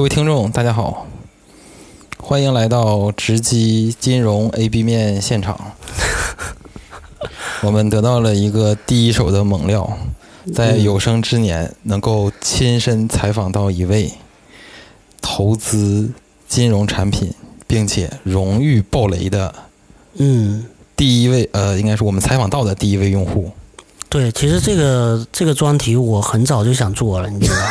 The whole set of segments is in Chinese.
各位听众大家好，欢迎来到直击金融 AB 面现场。我们得到了一个第一手的猛料，在有生之年能够亲身采访到一位投资金融产品并且荣誉爆雷的第一位应该是我们采访到的第一位用户。 对，其实这个专题我很早就想做了，你知道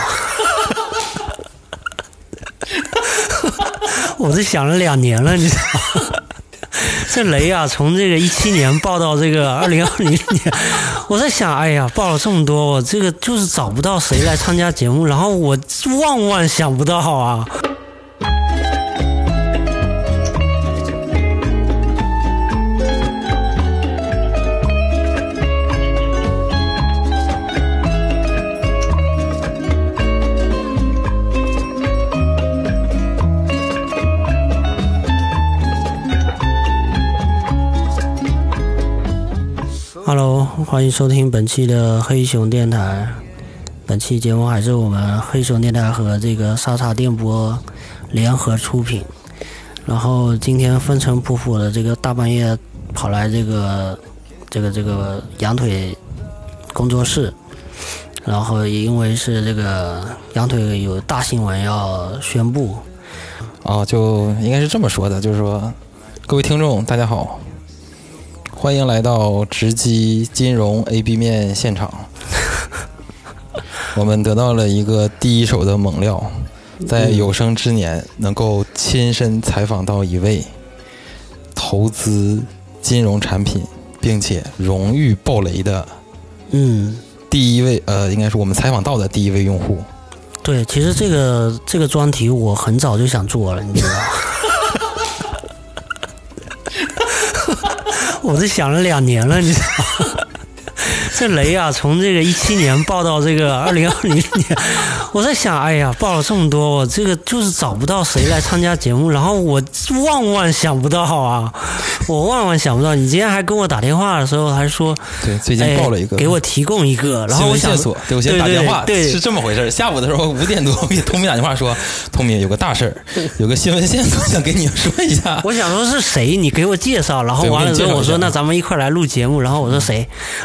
我是想了2年了，你知道这雷啊，从这个17年报到这个2020年，我在想，哎呀，报了这么多，我这个就是找不到谁来参加节目，然后我万想不到啊。Hello， 欢迎收听本期的黑熊电台。本期节目还是我们黑熊电台和这个沙茶电波联合出品。然后今天风尘仆仆的这个大半夜跑来这个羊腿工作室，然后也因为是这个羊腿有大新闻要宣布。 就应该是这么说的，就是说，各位听众大家好。欢迎来到直击金融 AB 面现场。我们得到了一个第一手的猛料，在有生之年能够亲身采访到一位投资金融产品并且荣誉爆雷的第一位应该是我们采访到的第一位用户。 对，其实这个专题我很早就想做了，你知道我是想了2年了，你知道这雷啊，从这个17年报到这个2020年，我在想，哎呀，报了这么多，我这个就是找不到谁来参加节目，然后我万想不到啊，我万想不到。你今天还跟我打电话的时候还说， 对，最近报了一个， 给我提供一个，然后我想说， 对，我先打电话， 对， 是这么回事。下午的时候5点多给Tommy打电话说，Tommy有个大事儿，有个新闻线索想跟你说一下。 我想说是谁，你给我介绍，然后完了之后我说那咱们一块来录节目，然后我说谁？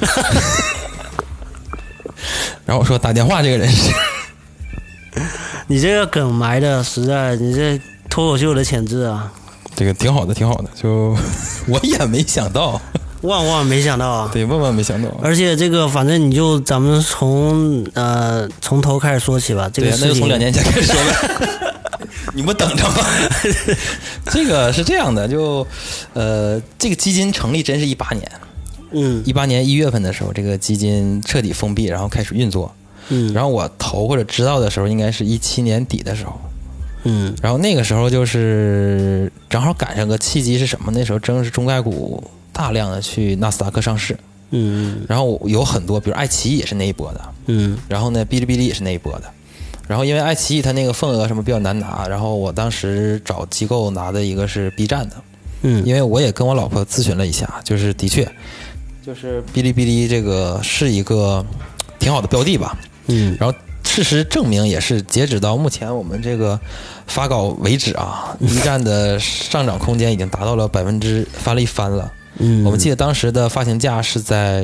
然后我说打电话这个人是你这个梗埋的实在，你这脱口秀的潜质啊， 这个挺好的，就我也没想到， 万没想到啊， 对，万没想到。 而且这个反正咱们从头开始说起吧，这个事情对，那就从2年前开始说吧。你不等着吗？这个是这样的，就这个基金成立真是18年。18年1月份的时候，这个基金彻底封闭，然后开始运作。然后我投或者知道的时候，应该是17年底的时候。然后那个时候就是正好赶上个契机是什么？那时候正是中概股大量的去纳斯达克上市。然后有很多，比如爱奇艺也是那一波的。然后呢，哔哩哔哩也是那一波的。然后因为爱奇艺它那个份额什么比较难拿，然后我当时找机构拿的一个是 B 站的。因为我也跟我老婆咨询了一下，就是的确。就是哔哩哔哩这个是一个挺好的标的吧，然后事实证明也是，截止到目前我们这个发稿为止啊，B 站的上涨空间已经达到了翻了一番了。我们记得当时的发行价是在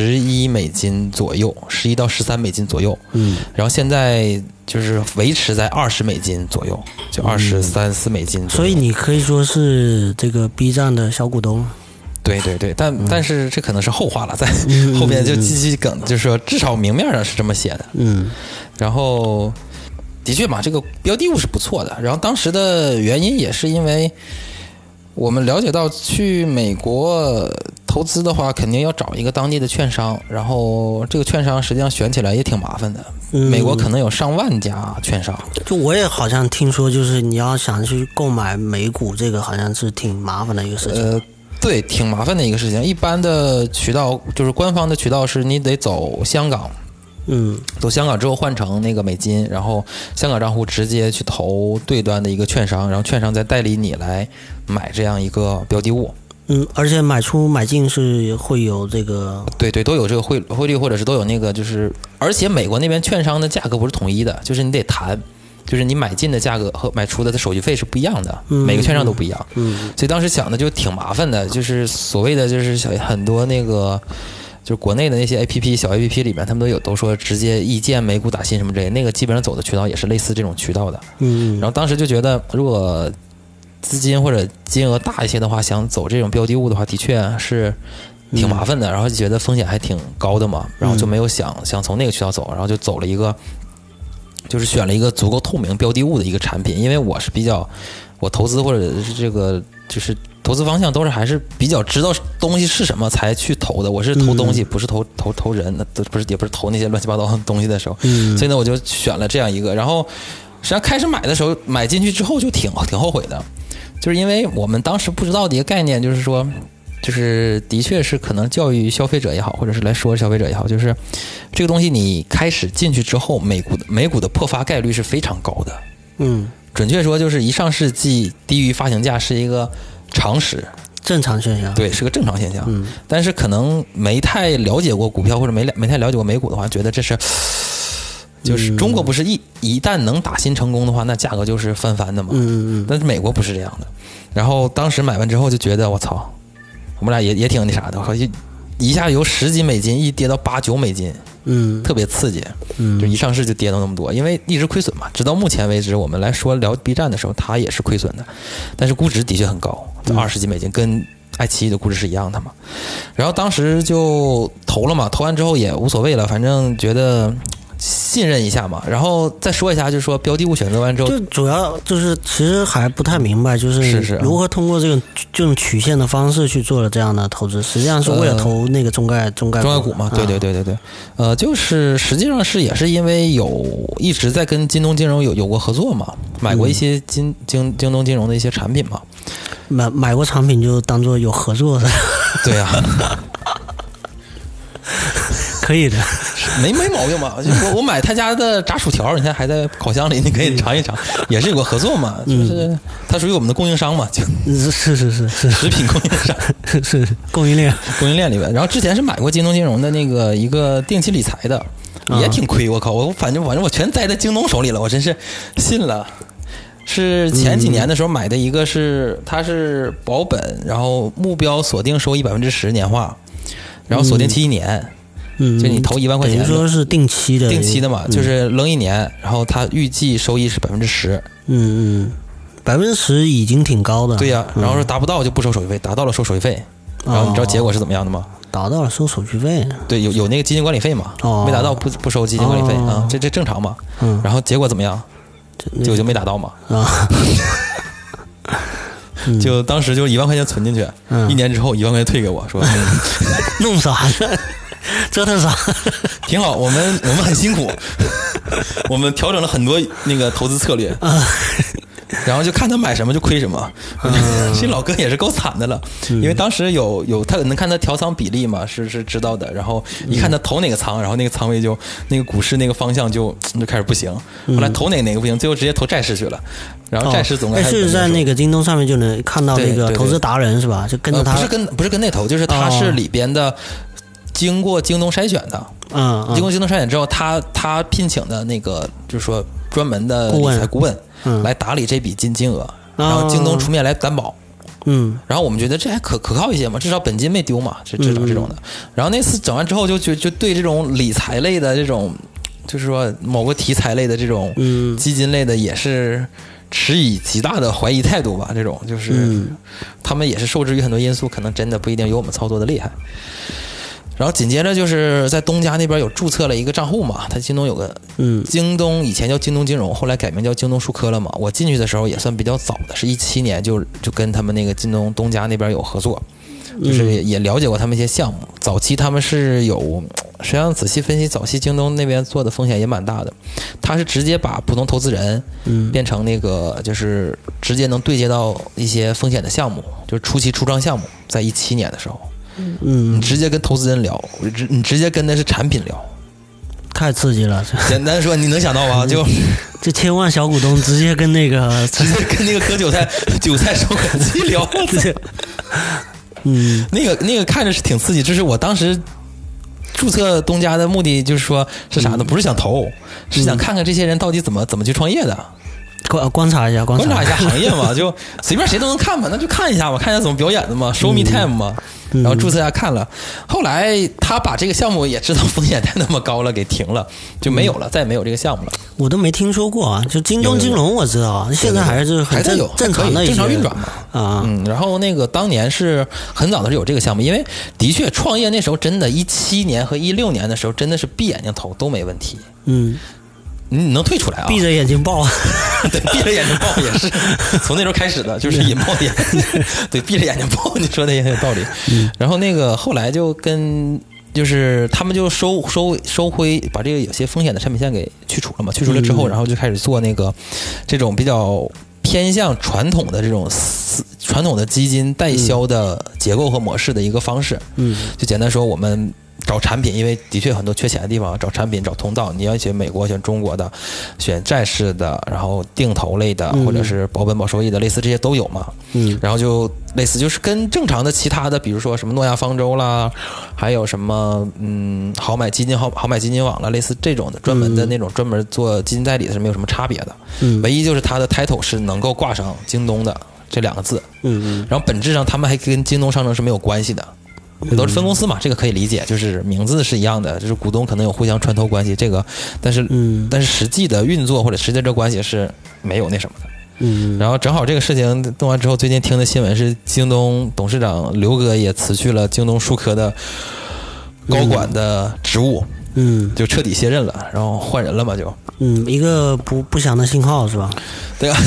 $11左右，11到13美金左右。然后现在就是维持在$20左右，就23、24美金左右。 所以你可以说是这个 B 站的小股东。 对，但是这可能是后话了，在后边就继续梗，就是说至少明面上是这么写的。然后的确嘛，这个标的物是不错的。然后当时的原因也是因为我们了解到去美国投资的话，肯定要找一个当地的券商，然后这个券商实际上选起来也挺麻烦的。美国可能有上万家券商。 就我也好像听说，就是你要想去购买美股，这个好像是挺麻烦的一个事情。 对，挺麻烦的一个事情。一般的渠道就是官方的渠道是你得走香港，走香港之后换成那个美金，然后香港账户直接去投对端的一个券商，然后券商再代理你来买这样一个标的物。 而且买出买进是会有这个， 对，都有这个汇率，或者是都有那个，就是而且美国那边券商的价格不是统一的，就是你得谈， 就是你买进的价格和买出的手续费是不一样的，每个券商都不一样。所以当时想的就挺麻烦的，就是所谓的就是很多那个。就是国内的那些 APP 小 APP 里面，他们都说直接一键美股打新什么之类，那个基本上走的渠道也是类似这种渠道的。然后当时就觉得，如果资金或者金额大一些的话，想走这种标的物的话，的确是挺麻烦的，然后就觉得风险还挺高的嘛，然后就没有想从那个渠道走，然后就走了一个，就是选了一个足够透明标的物的一个产品，因为我是我投资或者是这个就是投资方向都是还是比较知道东西是什么才去投的，我是投东西，不是投人，也不是投那些乱七八糟的东西的时候，所以呢我就选了这样一个，然后实际上开始买的时候买进去之后就挺后悔的，就是因为我们当时不知道的一个概念，就是说就是的确是可能教育消费者也好，或者是来说消费者也好，就是这个东西你开始进去之后，美股的破发概率是非常高的。准确说就是一上市即低于发行价是一个常识， 正常现象。 对，是个正常现象。但是可能没太了解过股票或者没太了解过美股的话，觉得这是就是中国不是一旦能打新成功的话，那价格就是翻番的嘛。但是美国不是这样的。然后当时买完之后就觉得我操，我们俩也挺那啥的，好像一下由10几美金一跌到8、9美金。特别刺激，就一上市就跌到那么多，因为一直亏损嘛。直到目前为止，我们来说聊 B 站的时候，它也是亏损的，但是估值的确很高，20几美金，跟爱奇艺的估值是一样的嘛。然后当时就投了嘛，投完之后也无所谓了，反正觉得信任一下嘛。然后再说一下，就是说标的物选择完之后， 就主要就是其实还不太明白，就是如何通过这种曲线的方式去做了这样的投资，实际上是为了投那个中概股嘛。对，就是实际上是也是因为一直在跟京东金融有过合作嘛，买过一些京东金融的一些产品嘛。 买过产品就当做有合作的。 对呀。 可以的， 没毛病嘛。我买他家的炸薯条，你看还在烤箱里，你可以尝一尝，也是有个合作嘛。就是他属于我们的供应商嘛， 是食品供应商， 是供应链里面。然后之前是买过京东金融的那个一个定期理财的，也挺亏。我靠，反正我全栽在京东手里了，我真是信了。是前几年的时候买的一个它是保本，然后目标锁定收益10%年化，然后锁定期1年。就你投1万块钱， 等于说是定期的嘛，就是扔1年，然后它预计收益是10%。 10%已经挺高的。 对呀，然后说达不到就不收手续费，达到了收手续费。然后你知道结果是怎么样的吗？ 达到了收手续费。 对，有那个基金管理费嘛，没达到不收基金管理费啊，这正常嘛。然后结果怎么样？就没达到嘛。就当时就1万块钱存进去，1年之后1万块钱退给我，说弄啥呢？折腾啥？ 挺好，我们很辛苦，我们调整了很多那个投资策略，然后就看他买什么就亏什么。这老哥也是够惨的了，因为当时有他能看他调仓比例嘛，是知道的。然后一看他投哪个仓，然后那个仓位就那个股市那个方向就开始不行。后来投哪个不行，最后直接投债市去了。然后债市总是在那个京东上面就能看到那个投资达人是吧？就跟着他， 不是跟那投，就是他是里边的。经过京东筛选的，经过京东筛选之后，他聘请的那个就是说专门的理财顾问来打理这笔金额，然后京东出面来担保，然后我们觉得这还可靠一些嘛，至少本金没丢嘛，至少这种的。然后那次整完之后就对这种理财类的这种，就是说某个题材类的这种基金类的也是持以极大的怀疑态度吧。这种就是他们也是受制于很多因素，可能真的不一定有我们操作的厉害。然后紧接着就是在东家那边有注册了一个账户嘛，他京东有个京东以前叫京东金融，后来改名叫京东数科了嘛。我进去的时候也算比较早的，是17年就跟他们那个京东东家那边有合作，就是也了解过他们一些项目。早期他们是有，实际上仔细分析，早期京东那边做的风险也蛮大的。他是直接把普通投资人变成那个就是直接能对接到一些风险的项目，就是初期出账项目，在17年的时候。你直接跟投资人聊，你直接跟的是产品聊， 太刺激了。 简单说，你能想到吗？就这千万小股东直接跟那个割韭菜收割机聊，那个看着是挺刺激。就是我当时注册东家的目的就是说是啥呢？不是想投，是想看看这些人到底怎么去创业的。 观察一下行业嘛，就随便谁都能看嘛，那就看一下嘛，看一下怎么表演的嘛 ，show me time 嘛。然后注册一下看了，后来他把这个项目也知道风险太那么高了，给停了，就没有了，再也没有这个项目了。 我都没听说过啊，就京东金融我知道，现在还是很正常的正常运转嘛。 啊， 然后那个当年是很早的是有这个项目，因为的确创业那时候真的，17年和16年的时候真的是闭眼睛投都没问题。你能退出来啊？ 闭着眼睛报， 对，闭着眼睛报也是从那时候开始的，就是引爆点。对，闭着眼睛报，你说的也很有道理。然后那个后来就就是他们就收回，把这个有些风险的产品线给去除了嘛。去除了之后，然后就开始做那个这种比较偏向传统的这种传统的基金代销的结构和模式的一个方式。就简单说，我们找产品，因为的确很多缺钱的地方，找产品找通道，你要选美国选中国的，选债市的，然后定投类的，或者是保本保收益的，类似这些都有嘛。然后就类似就是跟正常的其他的，比如说什么诺亚方舟啦，还有什么好买基金网啦，类似这种的专门的那种专门做基金代理的是没有什么差别的。唯一就是它的 title 是能够挂上京东的这2个字。然后本质上他们还跟京东商城是没有关系的。都是分公司嘛，这个可以理解，就是名字是一样的，就是股东可能有互相穿透关系，这个，但是实际的运作或者实际这关系是没有那什么的。然后正好这个事情弄完之后，最近听的新闻是京东董事长刘哥也辞去了京东数科的高管的职务，就彻底卸任了，然后换人了嘛，就一个不祥的信号是吧？ 对啊。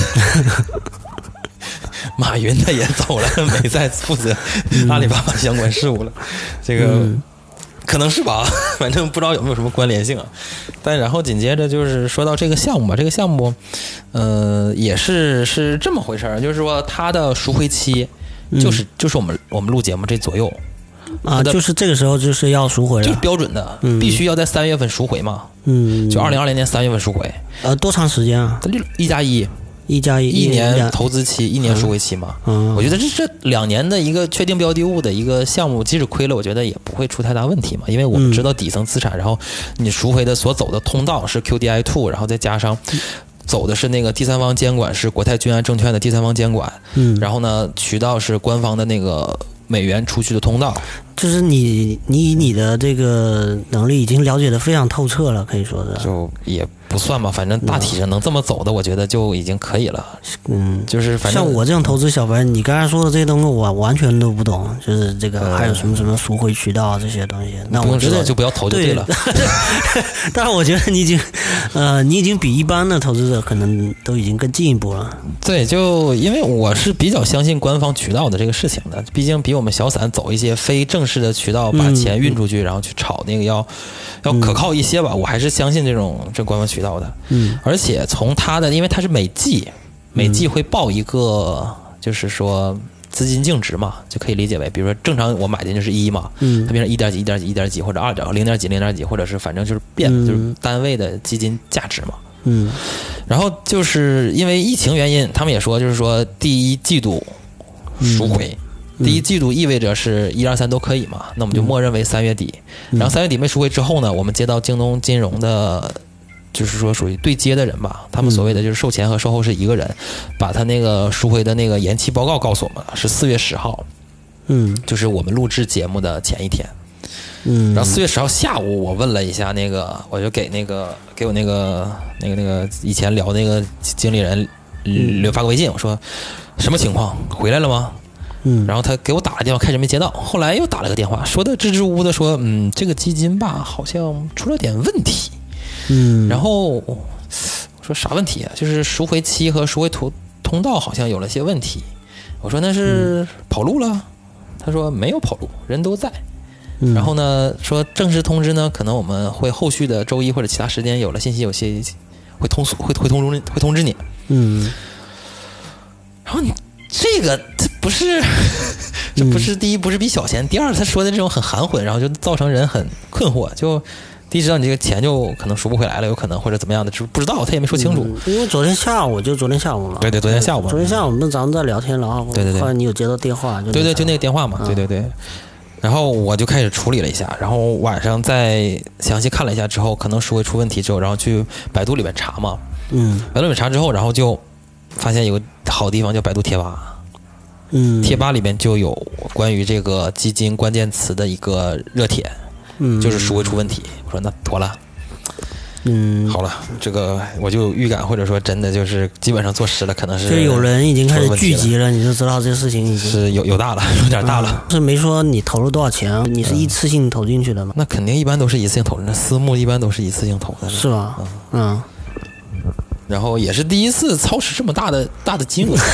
马云他也走了，没再负责阿里巴巴相关事务了。这个可能是吧，反正不知道有没有什么关联性啊。但然后紧接着就是说到这个项目吧，这个项目也是这么回事儿，就是说它的赎回期就是我们录节目这左右啊，就是这个时候就是要赎回了， 就是标准的，必须要在3月份赎回嘛。就2020年3月份赎回。 多长时间啊 ？1+1年投资期，1年赎回期嘛。我觉得这2年的一个确定标的物的一个项目，即使亏了，我觉得也不会出太大问题嘛。因为我们知道底层资产，然后你赎回的所走的通道是 QDII2，然后再加上走的是那个第三方监管，是国泰君安证券的第三方监管。然后呢，渠道是官方的那个美元出去的通道。 就是你的这个能力已经了解的非常透彻了，可以说的。 就也不算吧，反正大体上能这么走的，我觉得就已经可以了。就是反正像我这种投资小白，你刚才说的这些东西我完全都不懂，就是这个还有什么赎回渠道这些东西。那我觉得就不要投就对了。 但是我觉得你已经比一般的投资者可能都已经更进一步了。 对，就因为我是比较相信官方渠道的这个事情的，毕竟比我们小散走一些非正式的渠道把钱运出去，然后去炒那个要可靠一些吧。我还是相信这官方渠道的。而且从它的，因为它是每季会报一个，就是说资金净值嘛，就可以理解为，比如说正常我买的就是1嘛，它变成1.几、1.几、1.几或者0.几、0.几，或者是反正就是变，就是单位的基金价值嘛。然后就是因为疫情原因，他们也说，就是说第1季度赎回。第1季度意味着是1、2、3都可以嘛，那我们就默认为3月底。然后3月底没赎回之后呢，我们接到京东金融的，就是说属于对接的人吧，他们所谓的就是售前和售后是一个人，把他那个赎回的那个延期报告告诉我们了，是4月10号，就是我们录制节目的前一天。然后4月10号下午，我问了一下那个，我就给我那个以前聊那个经理人发个微信，我说什么情况，回来了吗？然后他给我打了电话，开始没接到，后来又打了个电话，说的支支吾吾的说，这个基金吧好像出了点问题。然后我说啥问题啊？就是赎回期和赎回通道好像有了些问题。我说那是跑路了？他说没有跑路，人都在。然后呢，说正式通知呢，可能我们会后续的周一或者其他时间有了信息，有些会通知你。然后你这个这不是第一不是比小钱，第二他说的这种很含混，然后就造成人很困惑。就第一知道你这个钱就可能赎不回来了，有可能或者怎么样的，不知道他也没说清楚。 因为昨天下午嘛。 对，昨天下午我们早上在聊天，然后后来你有接到电话。 对，就那个电话嘛。对。 然后我就开始处理了一下，然后晚上再详细看了一下之后，可能是会出问题之后，然后去百度里面查嘛，百度里面查之后，然后就发现有个好地方叫百度贴吧，贴吧里面就有关于这个基金关键词的一个热帖，就是书会出问题，我说那妥了。好了，这个我就预感，或者说真的就是基本上坐实了，可能是就有人已经开始聚集了，你就知道这事情已经是有大了，有点大了。 是没说你投了多少钱，你是一次性投进去的吗？ 那肯定一般都是一次性投的，私募一般都是一次性投的， 是吧？ 然后也是第一次操持这么大的金额。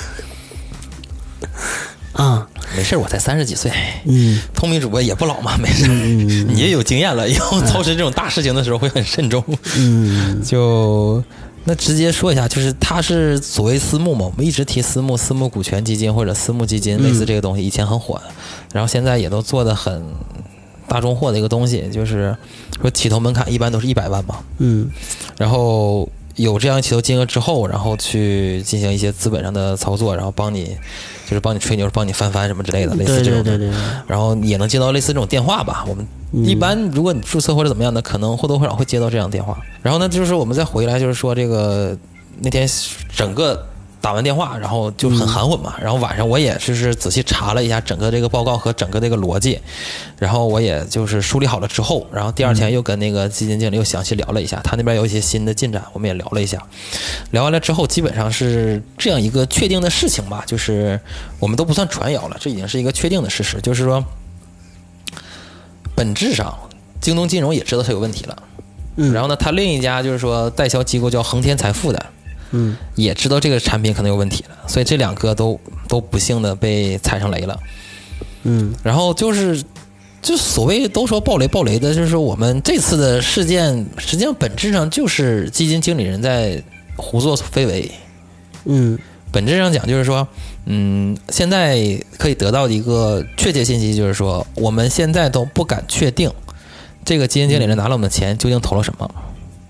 没事，我才30几岁，通明主播也不老嘛，没事，你也有经验了，以后操持这种大事情的时候会很慎重。就那直接说一下，就是它是所谓私募嘛，我们一直提私募股权基金或者私募基金，类似这个东西，以前很火，然后现在也都做得很大众化的一个东西，就是说起投门槛一般都是100万嘛，然后有这样起投金额之后，然后去进行一些资本上的操作，然后帮你吹牛，帮你翻什么之类的，类似这种的。对。然后也能接到类似这种电话吧。我们一般如果你注册或者怎么样的，可能或多或少会接到这样的电话。然后呢，就是我们再回来，就是说这个那天整个打完电话，然后就很含混嘛。然后晚上我也就是仔细查了一下整个这个报告和整个这个逻辑，然后我也就是梳理好了之后，然后第二天又跟那个基金经理又详细聊了一下，他那边有一些新的进展，我们也聊了一下。聊完了之后，基本上是这样一个确定的事情吧，就是我们都不算传谣了，这已经是一个确定的事实，就是说本质上京东金融也知道它有问题了，然后呢，他另一家就是说代销机构叫恒天财富的。也知道这个产品可能有问题了，所以这两个都不幸的被踩上雷了。然后就所谓都说暴雷的，就是说我们这次的事件，实际上本质上就是基金经理人在胡作非为。本质上讲就是说，现在可以得到的一个确切信息就是说，我们现在都不敢确定这个基金经理人拿了我们的钱究竟投了什么。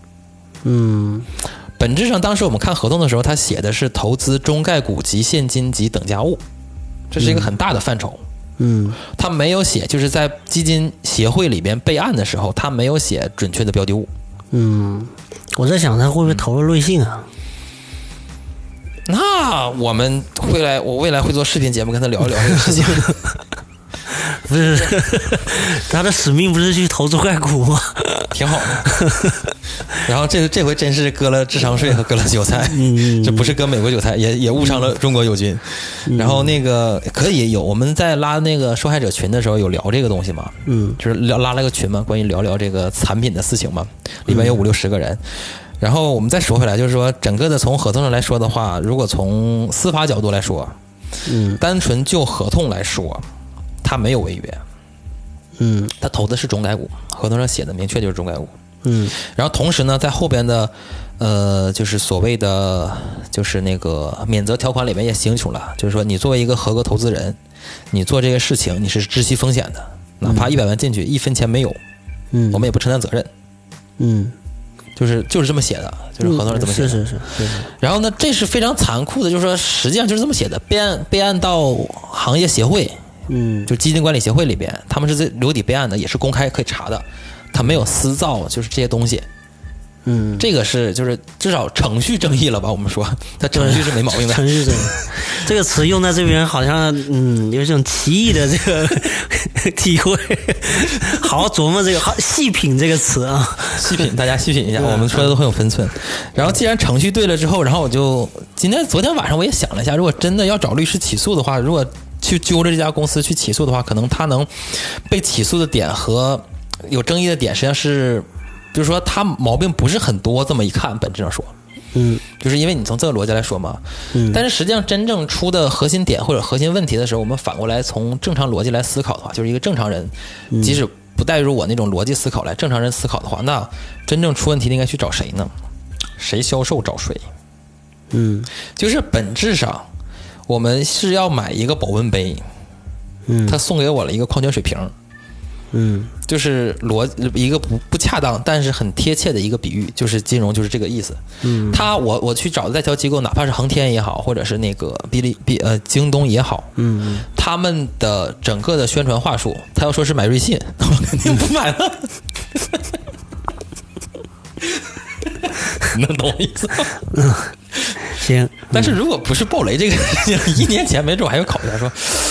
本质上，当时我们看合同的时候，他写的是投资中概股及现金及等价物，这是一个很大的范畴。他没有写，就是在基金协会里边备案的时候，他没有写准确的标的物。 我在想他会不会投了瑞幸啊？ 那我未来会做视频节目跟他聊一聊这个事情。 不是，他的使命不是去投中概股吗？ 挺好的。然后这回真是割了智商税和割了韭菜，这不是割美国韭菜，也误伤了中国友军。然后那个可以有我们在拉那个受害者群的时候有聊这个东西嘛，就是拉了个群嘛，关于聊这个产品的事情嘛，里面有50-60个人。然后我们再说回来，就是说整个的从合同上来说的话，如果从司法角度来说，单纯就合同来说，他没有违约。他投的是中概股，合同上写的明确就是中概股。然后同时呢，在后边的就是所谓的就是那个免责条款里面也清楚了，就是说你作为一个合格投资人，你做这个事情你是知悉风险的，哪怕100万进去1分钱没有，我们也不承担责任。就是这么写的，就是合同是这么写的。 是。 然后呢，这是非常残酷的，就是说实际上就是这么写的，备案到行业协会。就基金管理协会里边，他们是在留底备案的，也是公开可以查的，他没有私造，就是这些东西。这个是就是至少程序正义了吧？我们说他程序是没毛病的。 程序正义这个词用在这边好像有一种奇异的这个体会，好好琢磨这个，好细品这个词啊， 细品，大家细品一下，我们说的都很有分寸。然后既然程序对了之后，然后我就昨天晚上我也想了一下，如果真的要找律师起诉的话，如果去揪着这家公司去起诉的话，可能他能被起诉的点和有争议的点，实际上是，就是说他毛病不是很多。这么一看，本质上说，就是因为你从这个逻辑来说嘛，但是实际上真正出的核心点或者核心问题的时候，我们反过来从正常逻辑来思考的话，就是一个正常人，即使不带入我那种逻辑思考来，正常人思考的话，那真正出问题的应该去找谁呢？谁销售找谁？就是本质上。我们是要买一个保温杯，他送给我了一个矿泉水瓶，就是一个不恰当但是很贴切的一个比喻，就是金融就是这个意思。我去找的代销机构，哪怕是恒天也好，或者是那个京东也好， 他们的整个的宣传话术，他要说是买瑞信，我肯定不买了。能懂我意思吗？ 行。 但是如果不是暴雷这个事情，1年前没准我还会考虑他说，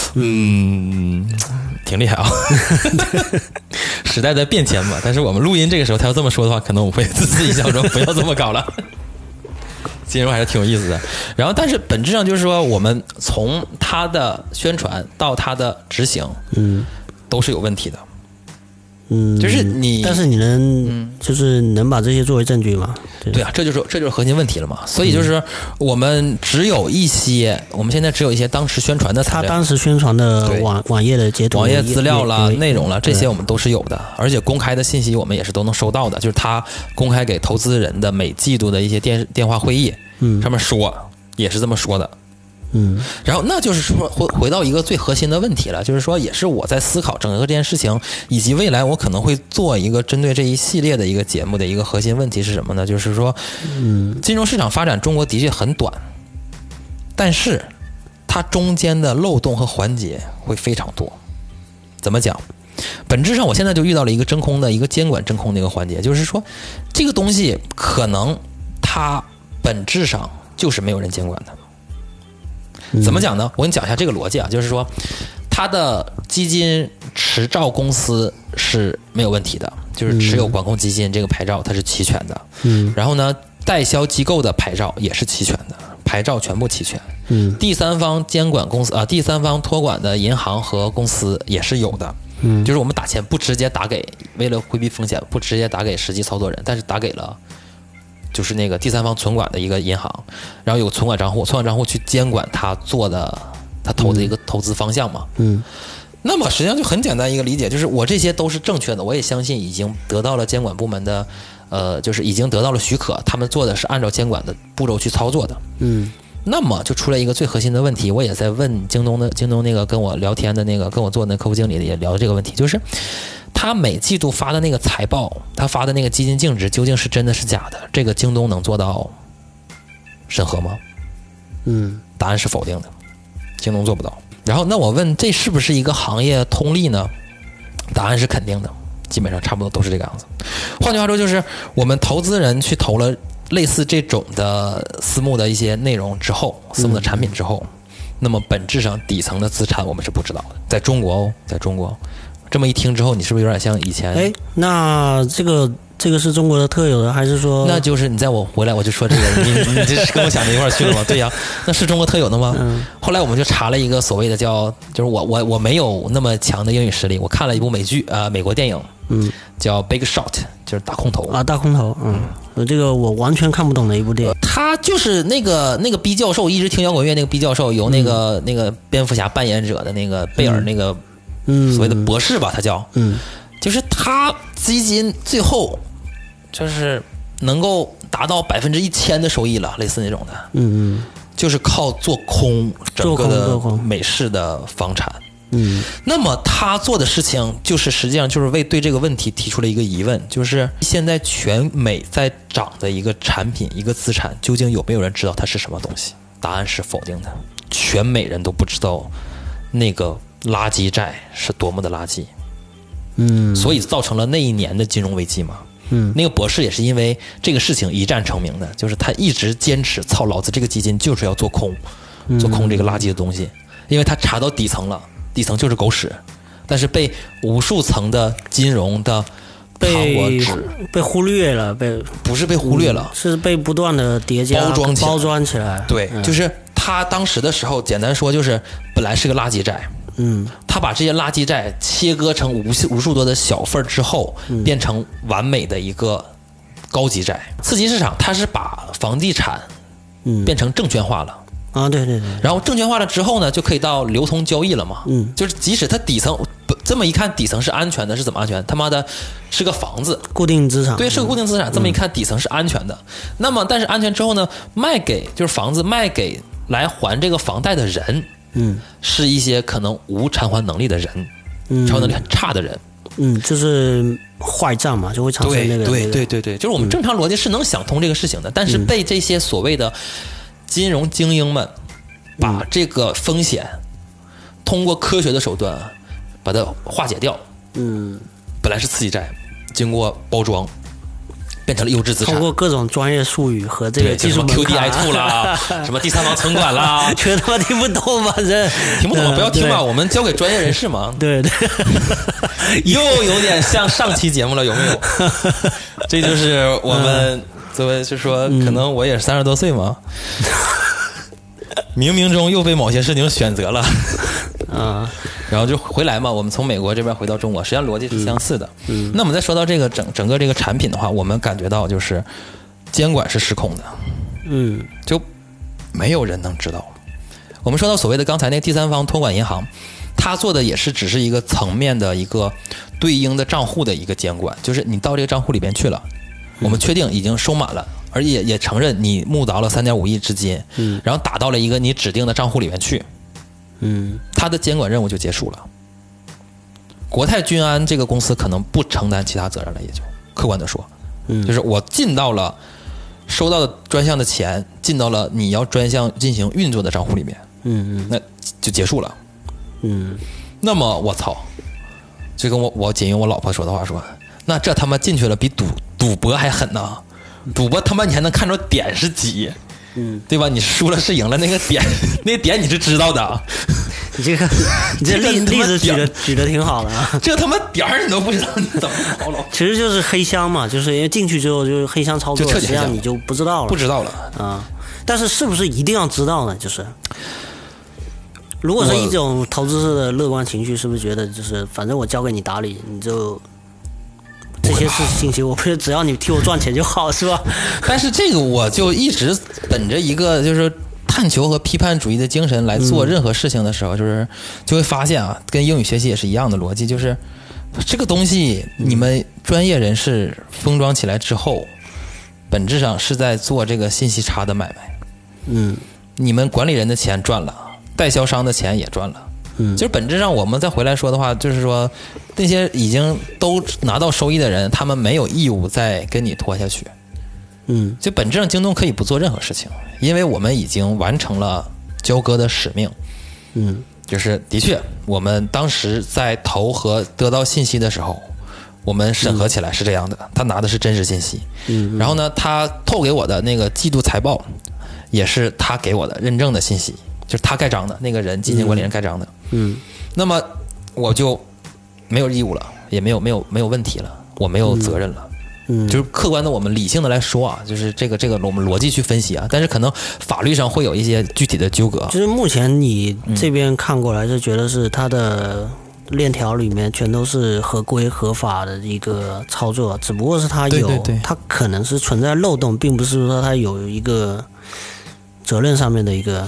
挺厉害啊。时代在变迁嘛，但是我们录音这个时候他要这么说的话，可能我会自己想说不要这么搞了。金融还是挺有意思的，然后但是本质上就是说，我们从它的宣传到它的执行，都是有问题的。就是你， 但是你能，就是能把这些作为证据吗？ 对啊，这就是核心问题了嘛。所以就是我们只有一些，我们现在只有一些当时宣传的材料， 他当时宣传的网页的截图、 网页资料啦、内容啦，这些我们都是有的，而且公开的信息我们也是都能收到的。就是他公开给投资人的每季度的一些电话会议，上面说也是这么说的。然后那就是说回到一个最核心的问题了，就是说也是我在思考整个这件事情，以及未来我可能会做一个针对这一系列的一个节目的一个核心问题是什么呢？就是说，金融市场发展中国的确很短，但是它中间的漏洞和环节会非常多。怎么讲？本质上我现在就遇到了一个真空的一个监管真空的一个环节，就是说这个东西可能它本质上就是没有人监管的。怎么讲呢？我给你讲一下这个逻辑啊，就是说，它的基金持照公司是没有问题的，就是持有管控基金这个牌照它是齐全的。然后呢，代销机构的牌照也是齐全的，牌照全部齐全。第三方监管公司啊，第三方托管的银行和公司也是有的。就是我们打钱不直接打给，为了规避风险，不直接打给实际操作人，但是打给了。就是那个第三方存管的一个银行，然后有存管账户，存管账户去监管他做的他投的一个投资方向嘛。那么实际上就很简单一个理解，就是我这些都是正确的，我也相信已经得到了监管部门的就是已经得到了许可，他们做的是按照监管的步骤去操作的。那么就出来一个最核心的问题，我也在问京东那个跟我聊天的那个跟我做的那客户经理也聊这个问题，就是他每季度发的那个财报，他发的那个基金净值究竟是真的是假的？这个京东能做到审核吗？答案是否定的，京东做不到。然后那我问这是不是一个行业通例呢？答案是肯定的，基本上差不多都是这个样子。换句话说，就是我们投资人去投了类似这种的私募的一些内容之后，私募的产品之后，那么本质上底层的资产我们是不知道的。在中国这么一听之后，你是不是有点像以前？ 那这个是中国的特有的，还是说？那就是你在我回来我就说这个，你这是跟我想的一块去了吗？对呀，那是中国特有的吗？后来我们就查了一个所谓的就是我没有那么强的英语实力，我看了一部美剧美国电影，叫 Big Short， 就是大空头啊， 大空头，这个我完全看不懂的一部电影。 他就是那个 B 教授，一直听摇滚乐那个 B 教授，由那个蝙蝠侠扮演者的那个贝尔那个。所谓的博士吧，他叫，就是他基金最后就是能够达到1000%的收益了，类似那种的，就是靠做空整个的美式的房产，那么他做的事情就是实际上就是为对这个问题提出了一个疑问，就是现在全美在涨的一个产品一个资产，究竟有没有人知道它是什么东西？答案是否定的，全美人都不知道那个垃圾债是多么的垃圾，所以造成了那一年的金融危机嘛。那个博士也是因为这个事情一战成名的，就是他一直坚持操老子这个基金就是要做空这个垃圾的东西，因为他查到底层了，底层就是狗屎，但是被无数层的金融的被忽略了， 不是被忽略了， 是被不断的叠加包装起来。 对，就是他当时的时候，简单说就是本来是个垃圾债。他把这些垃圾债切割成无数多的小份之后，变成完美的一个高级债。次级市场它是把房地产变成证券化了啊，对， 然后证券化了之后呢，就可以到流通交易了嘛。就是即使它底层这么一看，底层是安全的，是怎么安全？他妈的是个房子， 固定资产， 对，是个固定资产。这么一看，底层是安全的。那么，但是安全之后呢，就是房子卖给来还这个房贷的人。是一些可能无偿还能力的人，偿还能力很差的人， 就是坏账嘛，就会产生那个。 对，就是我们正常逻辑是能想通这个事情的，但是被这些所谓的金融精英们把这个风险通过科学的手段把它化解掉。本来是次级债，经过包装变成了优质资产， 通过各种专业术语和这个技术门槛 QDII2 啦，什么第三方存管啦， 全他妈听不懂嘛，这听不懂不要听嘛，我们交给专业人士嘛。 对对， 又有点像上期节目了，有没有？这就是我们作为就说，可能我也是30多岁嘛，冥冥中又被某些事情选择了。然后就回来嘛，我们从美国这边回到中国，实际上逻辑是相似的。那我们再说到这个整个这个产品的话，我们感觉到就是监管是失控的，就没有人能知道。我们说到所谓的刚才那个第三方托管银行，他做的也是只是一个层面的一个对应的账户的一个监管，就是你到这个账户里边去了，我们确定已经收满了，而也承认你募到了3.5亿资金，然后打到了一个你指定的账户里面去。他的监管任务就结束了。国泰君安这个公司可能不承担其他责任了，也就客观的说，就是我进到了收到的专项的钱进到了你要专项进行运作的账户里面，那就结束了。那么我操，就跟我仅用我老婆说的话说，那这他妈进去了比赌博还狠呢，赌博他妈你还能看着点是几。对吧？你输了是赢了，那个点你是知道的。 你这例子举的挺好的啊。 这他妈点儿你都不知道，你怎么操了？ 其实就是黑箱嘛，就是因为进去之后就是黑箱操作，实际上你就不知道了啊。但是是不是一定要知道呢？就是如果是一种投资式的乐观情绪，是不是觉得就是反正我交给你打理，你就。这些是信息，我不是只要你替我赚钱就好，是吧？ 但是这个我就一直本着一个就是探求和批判主义的精神来做任何事情的时候，就会发现啊，跟英语学习也是一样的逻辑，就是这个东西你们专业人士封装起来之后，本质上是在做这个信息差的买卖。你们管理人的钱赚了，代销商的钱也赚了。就是本质上我们再回来说的话，就是说那些已经都拿到收益的人，他们没有义务再跟你拖下去。就本质上京东可以不做任何事情，因为我们已经完成了交割的使命。就是的确我们当时在投和得到信息的时候，我们审核起来是这样的，他拿的是真实信息。然后呢，他透给我的那个季度财报也是他给我的认证的信息，就是他盖章的那个人，基金管理人盖章的。那么我就没有义务了，也没有问题了，我没有责任了。就是客观的，我们理性的来说啊，就是这个我们逻辑去分析啊，但是可能法律上会有一些具体的纠葛。 就是目前你这边看过来是觉得是它的链条里面全都是合规合法的一个操作，只不过是它它可能是存在漏洞，并不是说它有一个责任上面的一个。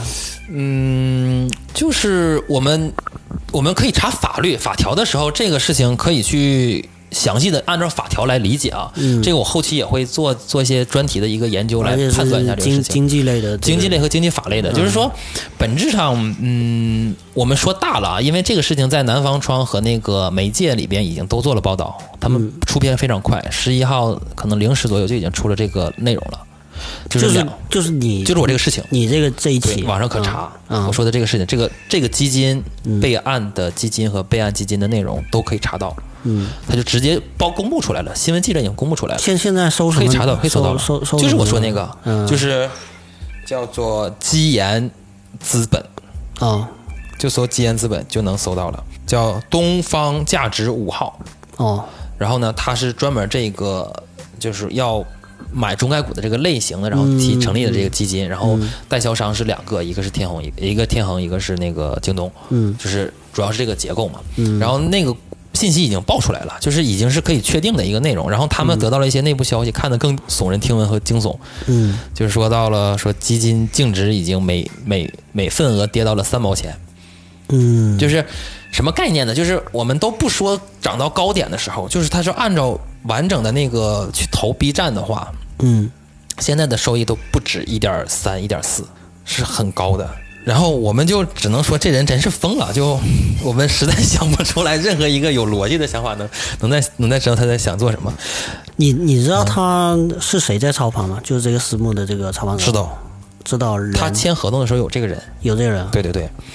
就是我们可以查法条的时候，这个事情可以去详细的按照法条来理解啊。这个我后期也会做一些专题的一个研究来判断一下这个事情。 经济类的、 经济类和经济法类的，就是说本质上，我们说大了啊，因为这个事情在南方窗和那个媒介里边已经都做了报道，他们出片非常快，11号可能0时左右就已经出了这个内容了。就是我这个事情， 你这一期网上可查。我说的这个事情，这个基金备案的基金和备案基金的内容都可以查到。他就直接公布出来了，新闻记者已经公布出来了。 现在搜什么可以查到，可以搜到了。就是我说那个，就是叫做基研资本就搜基研资本就能搜到了，叫东方价值5号。然后呢，它是专门这个就是要买中概股的这个类型的，然后成立的这个基金，然后代销商是2个，一个是天弘，一个是那个京东，就是主要是这个结构嘛。然后那个信息已经爆出来了，就是已经是可以确定的一个内容。然后他们得到了一些内部消息，看得更耸人听闻和惊悚。就是说到了说基金净值已经每份额跌到了3毛钱。就是什么概念呢？就是我们都不说涨到高点的时候，就是它是按照完整的那个去投 B 站的话，现在的收益都不止1.3、1.4，是很高的。然后我们就只能说这人真是疯了，就我们实在想不出来任何一个有逻辑的想法能在知道他在想做什么。 你知道他是谁在操盘吗？就是这个私募的这个操盘手。 知道人，他签合同的时候有这个人， 有这个人。 对，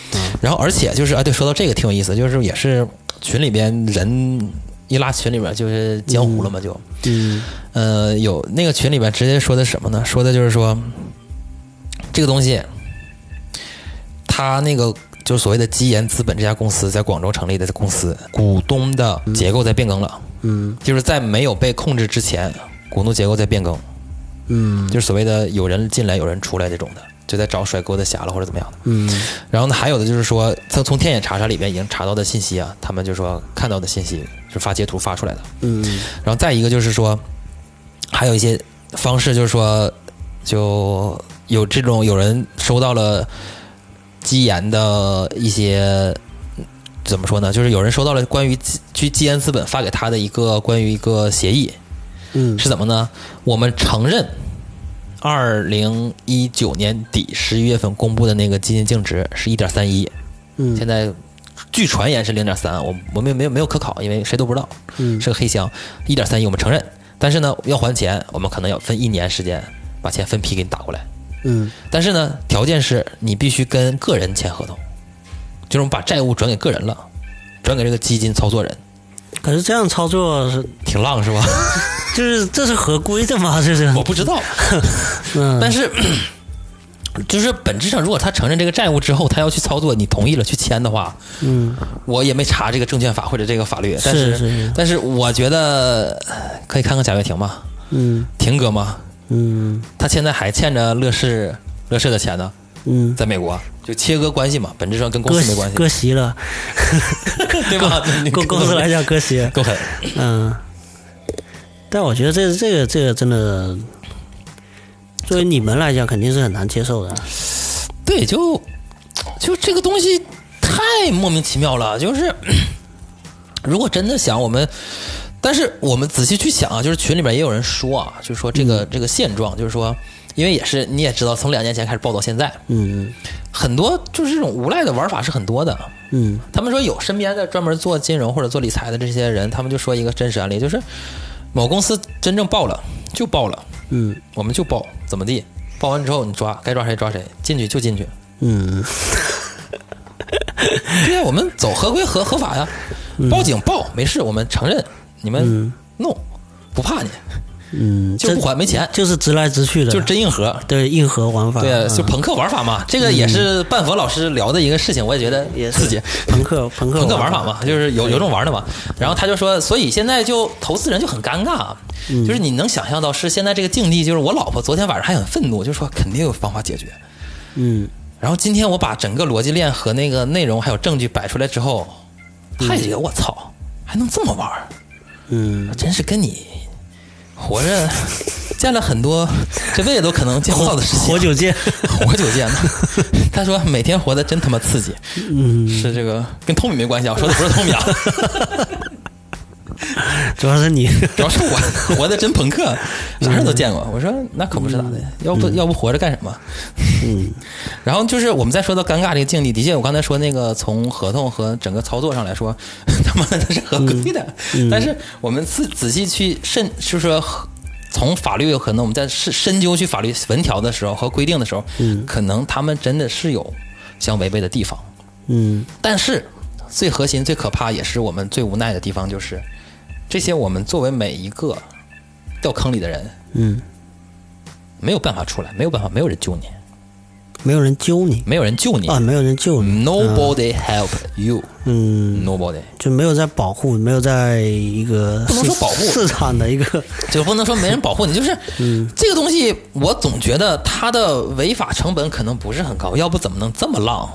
然后而且就是对，说到这个挺有意思，就是也是群里边人一拉群里边就是江湖了嘛，就有那个群里边直接说的什么呢？说的就是说这个东西，他那个就是所谓的基岩资本这家公司在广州成立的公司，股东的结构在变更了，就是在没有被控制之前，股东结构在变更，就是所谓的有人进来有人出来这种的，就在找甩锅的侠了或者怎么样的，然后呢还有的就是说从天眼查查里边已经查到的信息啊，他们就说看到的信息是发截图发出来的，然后再一个就是说还有一些方式就是说就有这种有人收到了基岩的一些怎么说呢？就是有人收到了关于基岩资本发给他的一个关于一个协议，是怎么呢？我们承认2019年底11月份公布的那个基金净值是1.31，现在据传言是0.3，我们没有可考，因为谁都不知道，是个黑箱。1.31我们承认，但是呢要还钱，我们可能要分1年时间把钱分批给你打过来。但是呢，条件是你必须跟个人签合同，就是我们把债务转给个人了，转给这个基金操作人。 可是这样操作是挺浪是吧？ 就是这是合规的吗？这是我不知道，但是就是本质上，如果他承认这个债务之后，他要去操作，你同意了去签的话，我也没查这个证券法或者这个法律，但是我觉得可以看看贾跃亭嘛，亭哥嘛。他现在还欠着乐视的钱呢。在美国就切割关系嘛，本质上跟公司没关系， 割席了， 对吧？ 公司来讲割席够狠。 但我觉得这个真的，作为你们来讲肯定是很难接受的。 对，就这个东西太莫名其妙了。就是如果真的想我们。但是我们仔细去想啊，就是群里边也有人说啊，就是说这个现状，就是说，因为也是你也知道，从2年前开始报到现在，很多就是这种无赖的玩法是很多的，他们说有身边的专门做金融或者做理财的这些人，他们就说一个真实案例，就是某公司真正报了就报了，我们就报，怎么地，报完之后你抓，该抓谁抓谁，进去就进去，对呀，我们走合规合法呀，报警报没事，我们承认。你们弄不怕你，就不还没钱， 就是直来直去的， 就是真硬核， 对硬核玩法， 对，就朋克玩法嘛。这个也是半佛老师聊的一个事情，我也觉得也刺激。 朋克玩法嘛，就是有这种玩的嘛。然后他就说，所以现在就投资人就很尴尬，就是你能想象到是现在这个境地，就是我老婆昨天晚上还很愤怒，就说肯定有方法解决，然后今天我把整个逻辑链和那个内容还有证据摆出来之后，他也觉得我操，还能这么玩。真是跟你活着见了很多这辈子都可能见不到的事情， 活久见的。他说每天活得真他妈刺激，是这个跟Tommy没关系啊，我说的不是Tommy啊， 主要是你， 主要是我活得真朋克，啥事都见过。我说那可不是咋的，要不活着干什么？然后就是我们再说到尴尬这个境地，的确我刚才说那个从合同和整个操作上来说，他妈的是合规的，但是我们仔细去就是说从法律有可能我们在深究去法律文条的时候和规定的时候，可能他们真的是有相违背的地方，但是最核心最可怕也是我们最无奈的地方就是这些我们作为每一个掉坑里的人，没有办法出来，没有办法，没有人救你， 没有人救你， 没有人救你啊，没有人救你 ，Nobody help you， Nobody 就没有在保护，没有在一个不能说保护市场的一个， 就不能说没人保护你，就是这个东西，我总觉得它的违法成本可能不是很高，要不怎么能这么浪？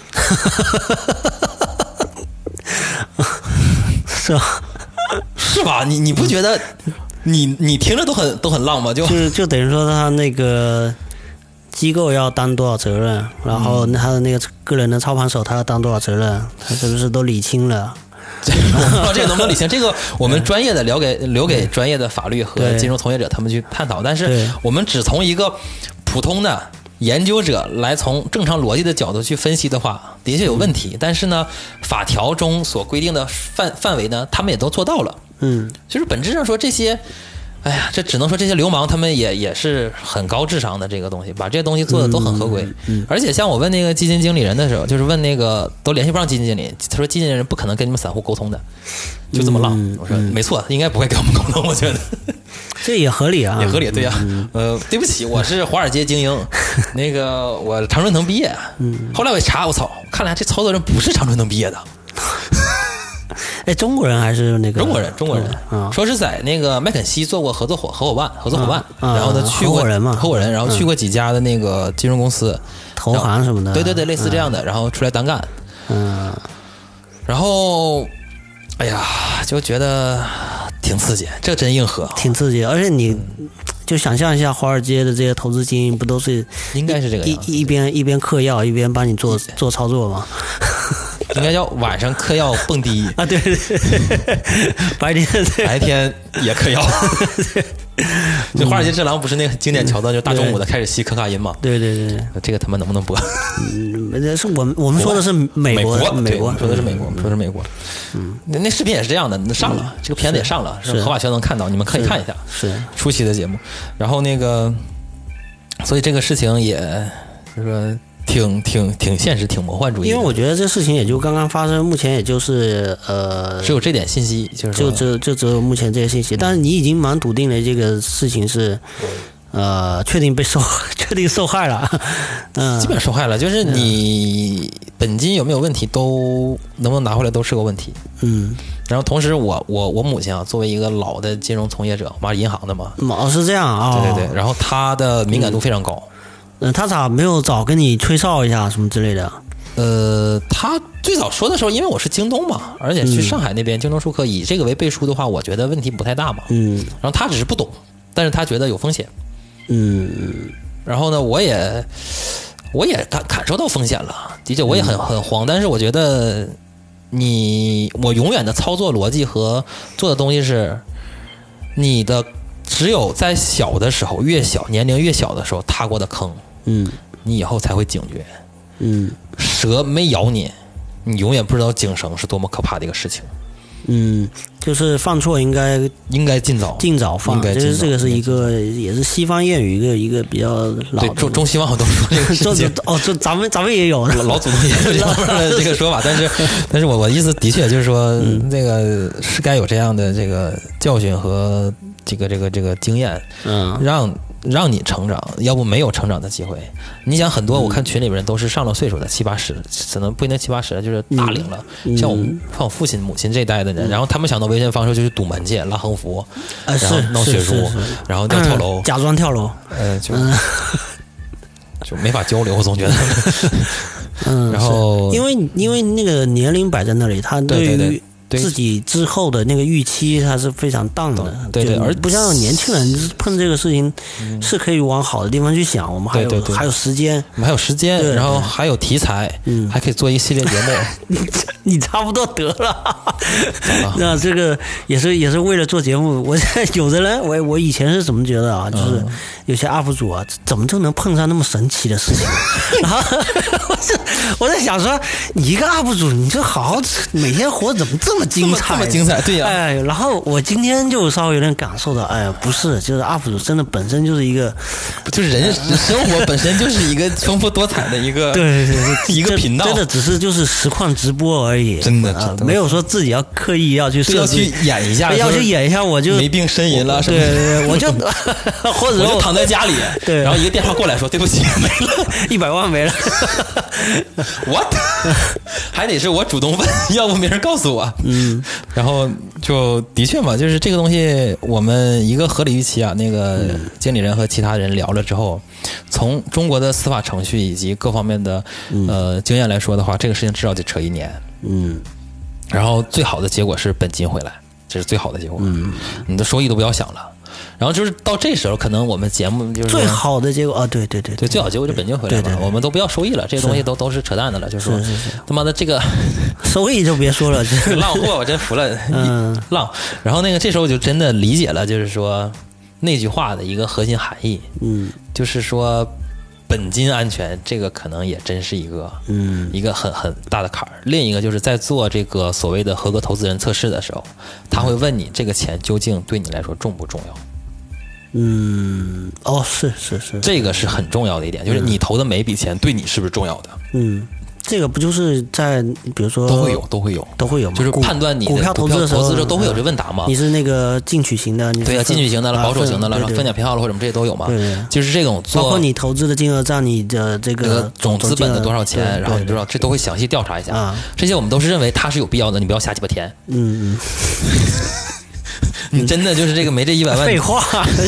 是吧？ 是吧？你不觉得你听着都很浪吗？ 就等于说他那个机构要担多少责任，然后他的那个个人的操盘手他要担多少责任，他是不是都理清了？ 这个能不能理清？这个我们专业的留给专业的法律和金融从业者他们去探讨。但是我们只从一个普通的研究者来从正常逻辑的角度去分析的话，的确有问题。但是呢，法条中所规定的范围呢，他们也都做到了。就是本质上说这些， 哎呀，这只能说这些流氓他们也是很高智商的这个东西，把这些东西做的都很合规。而且像我问那个基金经理人的时候，就是问那个都联系不上基金经理，他说基金人不可能跟你们散户沟通的，就这么浪。我说没错，应该不会跟我们沟通，我觉得这也合理啊， 也合理，对呀。对不起，我是华尔街精英，那个我常春藤毕业。后来我一查，我操，看来这操作人不是常春藤毕业的。 哎，中国人还是那个中国人，说是在那个麦肯锡做过合作伙伴，然后呢去过合伙人，然后去过几家的那个金融公司， 投行什么的， 对，类似这样的，然后出来单干，然后，哎呀，就觉得挺刺激，这真硬核， 挺刺激，而且你就想象一下，华尔街的这些投资精英不都是应该是这个样子， 一边嗑药一边帮你做操作吗？ 应该叫晚上嗑药蹦迪啊，对，白天也嗑药。就华尔街之狼不是那个经典桥段，就大中午的开始吸可卡因嘛？ 对， 这个他们能不能播？ 是我们说的是美国， 说的是美国。那视频也是这样的，上了这个片子也上了，是合法圈能看到，你们可以看一下， 是初期的节目。然后那个，所以这个事情也就是说。挺现实，挺魔幻主义的。 因为我觉得这事情也就刚刚发生，目前也就是只有这点信息， 就只有目前这些信息。但是你已经蛮笃定的，这个事情是确定受害了， 基本上受害了。就是你本金有没有问题，都能不能拿回来都是个问题。然后同时我母亲啊，作为一个老的金融从业者，我妈是银行的嘛， 是这样啊， 对。然后她的敏感度非常高。 他咋没有早跟你吹哨一下什么之类的？ 他最早说的时候，因为我是京东嘛，而且去上海那边京东数科以这个为背书的话，我觉得问题不太大嘛。然后他只是不懂，但是他觉得有风险。然后呢，我也感受到风险了，的确我也很慌，但是我觉得我永远的操作逻辑和做的东西是你的。只有在小的时候，年龄越小的时候踏过的坑，你以后才会警觉。蛇没咬你，你永远不知道警绳是多么可怕的一个事情。 就是犯错应该尽早犯， 就是这个是一个也是西方谚语一个比较老的。 对，中西方都说这个事情。 这咱们也有老祖宗也有这方面的这个说法，但是我意思的确就是说，这个是该有这样的这个教训和这个经验，让你成长，要不没有成长的机会。你想很多，我看群里边人都是上了岁数的70-80，可能不一定70-80，就是大龄了。像我父亲母亲这一代的人，然后他们想到维权方式就是赌门去、拉横幅，然后闹血书，然后跳楼， 假装跳楼， 就没法交流，我总觉得。然后因为那个年龄摆在那里，他对于自己之后的那个预期，它是非常荡的， 对，而不像年轻人碰这个事情是可以往好的地方去想。我们还有时间， 然后还有题材，还可以做一系列节目。 你差不多得了。那这个也是为了做节目。有的人，我以前是怎么觉得啊？就是有些 UP 主啊，怎么就能碰上那么神奇的事情？然后我在想说，你一个 UP 主，你就好好每天活怎么这么精彩， 对呀。 然后我今天就稍微有点感受到，不是，就是 UP 主真的本身就是一个， 就是人生活本身就是一个丰富多彩的一个， 对， 一个频道， 真的只是就是实况直播而已， 真的没有说自己要刻意要去要去演一下， 我就没病呻吟了什么， 对，我就或者我就躺在家里，对，然后一个电话过来说对不起没了 ，100万没了 ，what？ 还得是我主动问，要不没人告诉我。然后就的确嘛，就是这个东西，我们一个合理预期啊，那个经理人和其他人聊了之后，从中国的司法程序以及各方面的经验来说的话，这个事情至少得扯1年。然后最好的结果是本金回来，这是最好的结果。你的收益都不要想了。然后就是到这时候，可能我们节目就是最好的结果啊，对， 最好结果就本金回来了，我们都不要收益了，这些东西都是扯淡的了，就是说他妈的这个收益就别说了， 浪货我真服了，浪。然后那个这时候我就真的理解了，就是说那句话的一个核心含义，就是说本金安全这个可能也真是一个很大的坎儿。另一个就是在做这个所谓的合格投资人测试的时候，他会问你这个钱究竟对你来说重不重要。 是， 这个是很重要的一点，就是你投的每一笔钱对你是不是重要的？ 这个不就是在比如说都会有，就是判断你的股票投资的时候都会有这问答嘛？ 你是那个进取型的， 对啊，进取型的了，保守型的了，分点偏好了或者什么这些都有嘛？ 对， 就是这种包括你投资的金额占你的这个总资本的多少钱，然后你知道这都会详细调查一下。这些我们都是认为它是有必要的，你不要瞎鸡巴填。你真的就是这个没这100万？ 废话。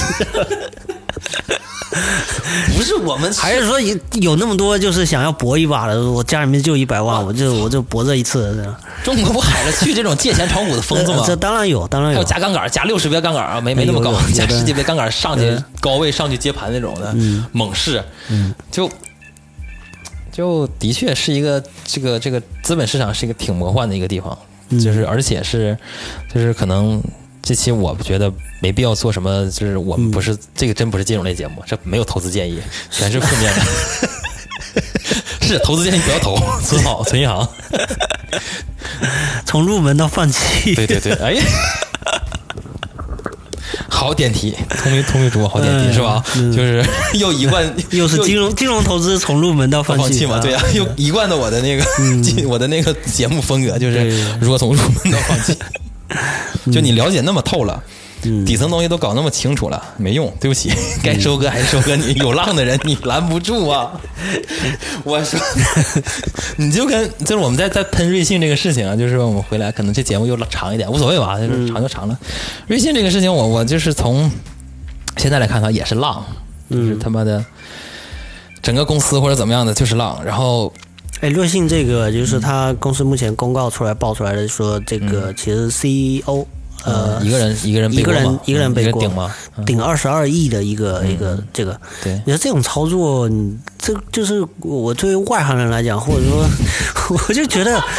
不是我们， 还是说有那么多就是想要搏一把的？我家里面就100万，我就搏这一次。 中国不海了去这种借钱炒股的疯子吗？ 这当然有，还有加杠杆，加60倍杠杆啊，没那么高，加10几倍杠杆上去高位上去接盘那种的猛士，就的确是一个这个资本市场是一个挺魔幻的一个地方，就是而且是就是可能。这期我觉得没必要做什么，就是我们不是这个真不是金融类节目，这没有投资建议，全是负面的。是投资建议不要投，存好存银行， 从入门到放弃。 对，哎，好点题，聪明主播好点题是吧？就是又一贯又是金融投资从入门到放弃嘛，对啊，又一贯的我的那个我的那个节目风格就是如何从入门到放弃。就你了解那么透了，底层东西都搞那么清楚了，没用，对不起，该收割还是收割你。有浪的人你拦不住啊！我说，你就是我们在喷瑞幸这个事情啊，就是我们回来可能这节目又长一点，无所谓吧，就是长就长了。瑞幸这个事情，我就是从现在来看它也是浪，就是他妈的整个公司或者怎么样的就是浪，然后。 瑞幸这个就是他公司目前公告出来爆出来的，说这个其实 CEO 一个人背锅顶吗？顶22亿的一个这个， 对， 你说这种操作，这就是我作为外行人来讲，或者说我就觉得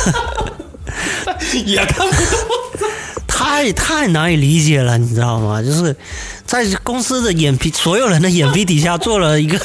也看不懂。 太难以理解了，你知道吗？就是在公司的眼皮，所有人的眼皮底下做了一个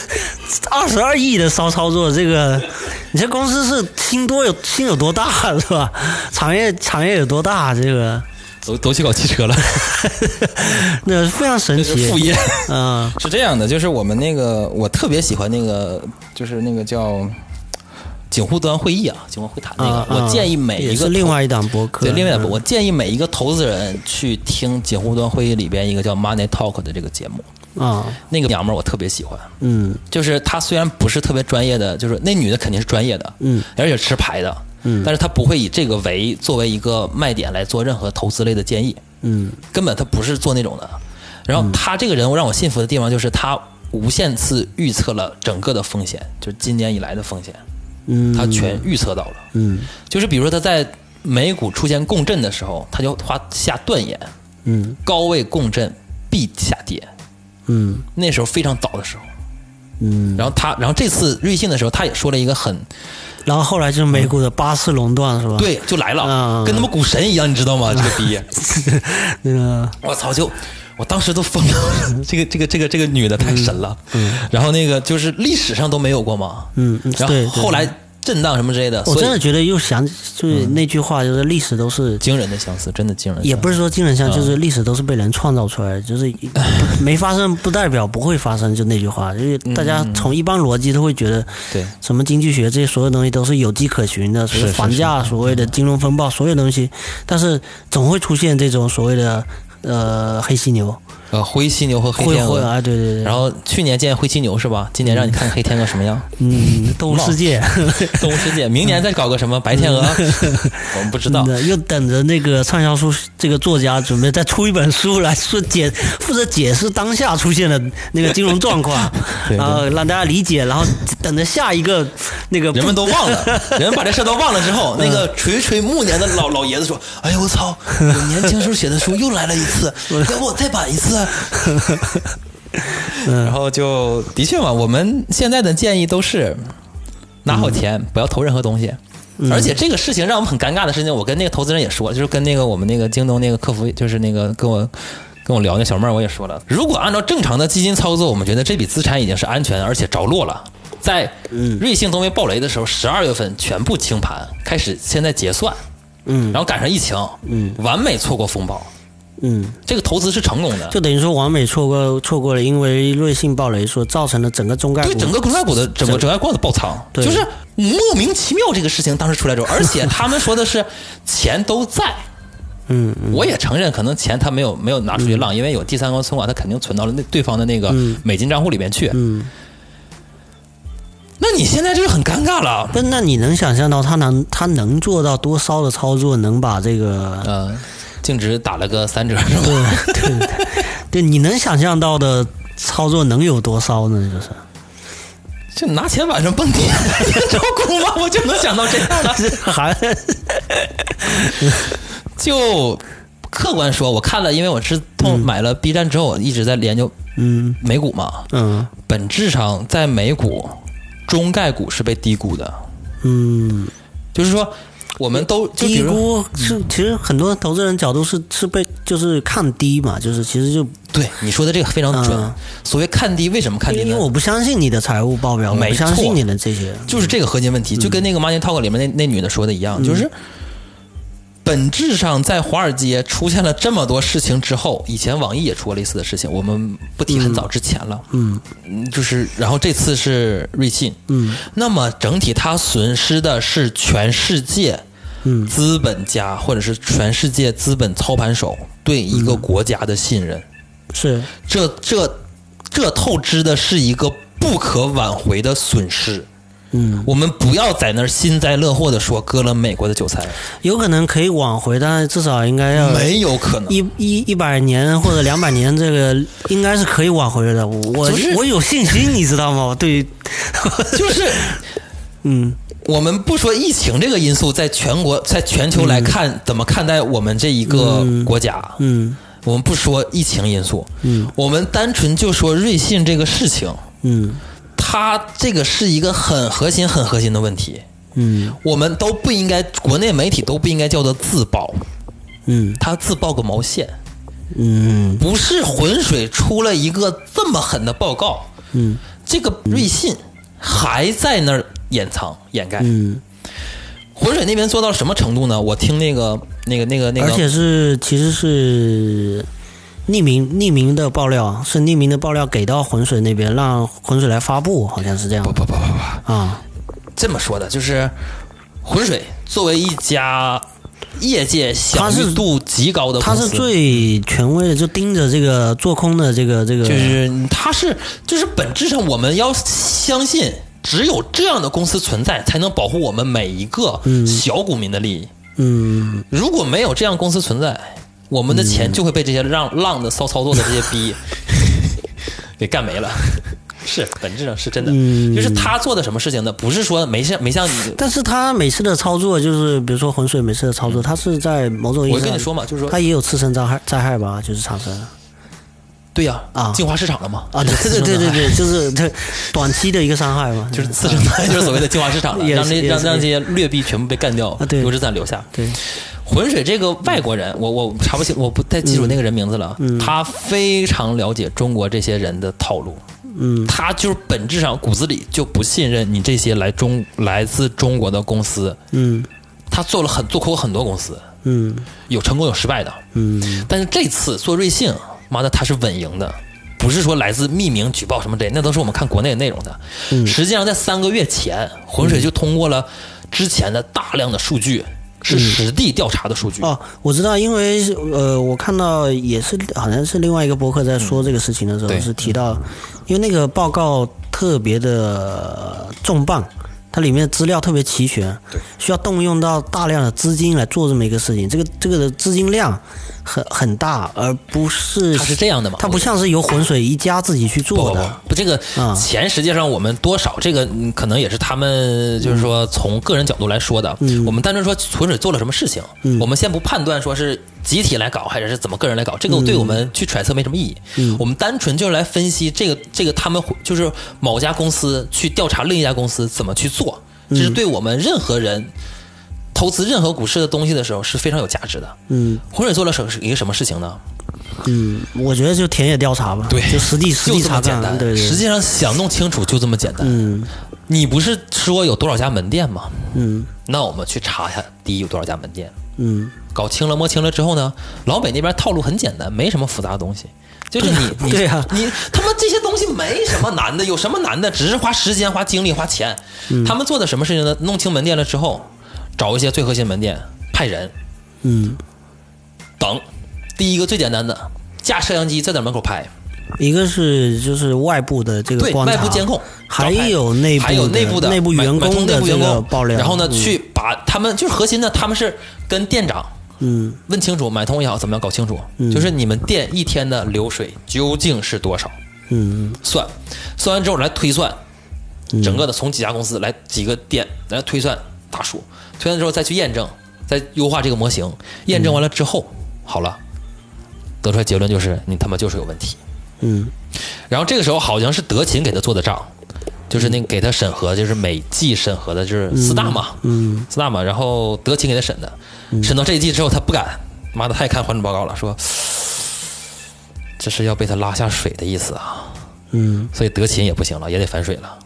22亿的骚操作，这个你这公司是心有多大是吧？产业有多大？这个都去搞汽车了， 那非常神奇。 副业是这样的，就是我们那个我特别喜欢那个，就是那个叫。景户端会议啊，景户会谈那个，我建议每一个是另外一档博客， 对，另外一档我建议每一个投资人去听景户端会议里边一个叫 Money Talk 的这个节目那个娘们儿我特别喜欢，就是她虽然不是特别专业的，就是那女的肯定是专业的，而且持牌的，但是她不会以这个作为一个卖点来做任何投资类的建议，根本她不是做那种的。然后她这个人让我信服的地方就是她无限次预测了整个的风险，就是今年以来的风险。他全预测到了，就是比如说他在美股出现共振的时候，他就下断言，高位共振必下跌，那时候非常早的时候，然后这次瑞幸的时候，他也说了一个然后后来就是美股的8次垄断是吧？ 对，就来了，跟他们股神一样，你知道吗？这个逼，我操就。我当时都疯了，这个女的太神了，然后那个就是历史上都没有过嘛，然后后来震荡什么之类的， 我真的觉得就是那句话，就是历史都是惊人的相似，真的惊人。 也不是说惊人相似，就是历史都是被人创造出来的，就是没发生不代表不会发生，就那句话，就是大家从一般逻辑都会觉得， 对， 什么经济学这些所有东西都是有迹可循的，所谓房价，所谓的金融风暴，所有东西，但是总会出现这种所谓的。黑犀牛， 灰犀牛和黑天鹅啊，对。 然后去年见灰犀牛是吧？今年让你看黑天鹅什么样？ 动物世界， 动物世界。明年再搞个什么白天鹅？我们不知道。 又等着那个畅销书这个作家准备再出一本书来说负责解释当下出现的那个金融状况，然后让大家理解，然后等着下一个那个人们都忘了，人们把这事都忘了之后，那个垂暮年的老爷子说：“哎呦我操，我年轻时候写的书又来了一次，给我再版一次。”然后就的确嘛，我们现在的建议都是拿好钱，不要投任何东西。而且这个事情让我们很尴尬的事情，我跟那个投资人也说，就是跟那个我们那个京东那个客服，就是那个跟我聊那小妹儿，我也说了，如果按照正常的基金操作，我们觉得这笔资产已经是安全而且着落了。在瑞幸都没爆雷的时候，12月份全部清盘，开始现在结算，然后赶上疫情，完美错过风暴。 这个投资是成功的， 就等于说王美错过了，因为瑞信暴雷所造成的整个中概股， 对整个中概股的整个股的爆仓，就是莫名其妙这个事情当时出来之后，而且他们说的是钱都在。我也承认，可能钱他没有拿出去浪，因为有第三方存款，他肯定存到了对方的那个美金账户里面去。那你现在就是很尴尬了。 不是，那你能想象到他能做到多骚的操作，能把这个净值打了个3折是吧？ 对，你能想象到的操作能有多骚呢？ 就拿钱晚上蹦迪招股吗？我就能想到这样的。就客观说，我看了，因为我是买了 B 站之后，我一直在研究美股嘛。本质上在美股，中概股是被低估的。就是说。我们都低估是，其实很多投资人角度是被就是看低嘛，就是其实就对你说的这个非常准。所谓看低，为什么看低呢？ 因为我不相信你的财务报表，我不相信你的这些， 就是这个核心问题，就跟那个 Money Talk 里面那女的说的一样，就是本质上在华尔街出现了这么多事情之后，以前网易也出过类似的事情，我们不提很早之前了。就是然后这次是瑞信，那么整体它损失的是全世界。资本家或者是全世界资本操盘手对一个国家的信任， 是这透支的是一个不可挽回的损失。我们不要在那儿幸灾乐祸的说割了美国的韭菜， 有可能可以挽回，但是至少应该要没有可能 100年或者200年，这个应该是可以挽回的。我有信心，你知道吗？对， 就是我们不说疫情这个因素在全球来看怎么看待我们这一个国家，我们不说疫情因素，我们单纯就说瑞信这个事情，它这个是一个很核心的问题，我们都不应该，国内媒体都不应该叫做自爆，它自爆个毛线，不是浑水出了一个这么狠的报告，这个瑞信还在那儿掩盖。浑水那边做到什么程度呢？我听那个，而且其实是匿名的爆料，是匿名的爆料给到浑水那边，让浑水来发布，好像是这样。 不啊，这么说的，就是浑水作为一家业界响应度极高的公司， 他是最权威的，就盯着这个做空的这个， 就是本质上我们要相信。只有这样的公司存在，才能保护我们每一个小股民的利益。如果没有这样公司存在，我们的钱就会被这些浪的骚操作的这些逼给干没了。是，本质上是真的。就是他做的什么事情呢？不是说没像你， 但是他每次的操作，就是比如说浑水每次的操作，他是在某种意义上， 我跟你说嘛，就是说他也有次生灾害吧，就是产生。 对呀，净化市场了嘛？ 对，就是短期的一个伤害嘛， 就是次生灾，就是所谓的净化市场了，让这些劣币全部被干掉，优质资产留下。 对， 浑水这个外国人，我查不清，我不太记住那个人名字了。他非常了解中国这些人的套路。他就是本质上骨子里就不信任你这些来自中国的公司。他做空过很多公司。有成功有失败的。但是这次做瑞幸。妈的，他是稳赢的，不是说来自匿名举报什么的，那都是我们看国内的内容的。实际上，在3个月前，浑水就通过了之前的大量的数据，是实地调查的数据。 我知道，因为我看到也是好像是另外一个博客在说这个事情的时候，是提到，因为那个报告特别的重磅。它里面的资料特别齐全，需要动用到大量的资金来做这么一个事情。这个的资金量很大，而不是它是这样的嘛？ 它不像是由浑水一家自己去做的。 不，这个钱实际上我们多少这个可能也是他们就是说从个人角度来说的。我们单纯说浑水做了什么事情，我们先不判断说是集体来搞还是怎么个人来搞，这个对我们去揣测没什么意义。我们单纯就是来分析这个他们就是某家公司去调查另一家公司怎么去做。这是对我们任何人投资任何股市的东西的时候是非常有价值的。浑水做了一个什么事情呢？ 我觉得就田野调查吧， 对， 就实地查简单。 对， 实际上想弄清楚就这么简单。你不是说有多少家门店吗？那我们去查一下，第一有多少家门店？ 搞清了摸清了之后呢，老美那边套路很简单，没什么复杂的东西。就是你对啊， 你他妈这些东西没什么难的，有什么难的？只是花时间、花精力、花钱。他们做的什么事情呢？弄清门店了之后，找一些最核心门店，派人，等。第一个最简单的，架摄像机在门口拍。 一个是就是外部的这个观察， 对外部监控， 还有内部的内部员工的这个爆料， 然后呢，去把他们就是核心的，他们是跟店长。问清楚买通也好，怎么样搞清楚？就是你们店一天的流水究竟是多少？算完之后来推算，整个的从几家公司来几个店来推算大数，推算之后再去验证，再优化这个模型。验证完了之后，好了，得出来结论就是你他妈就是有问题。然后这个时候好像是德勤给他做的账。就是那个给他审核，就是每季审核的，就是4大嘛，4大嘛。然后德勤给他审的，审到这一季之后，他不敢，妈的，他也看环诊报告了，说这是要被他拉下水的意思啊。所以德勤也不行了，也得反水了。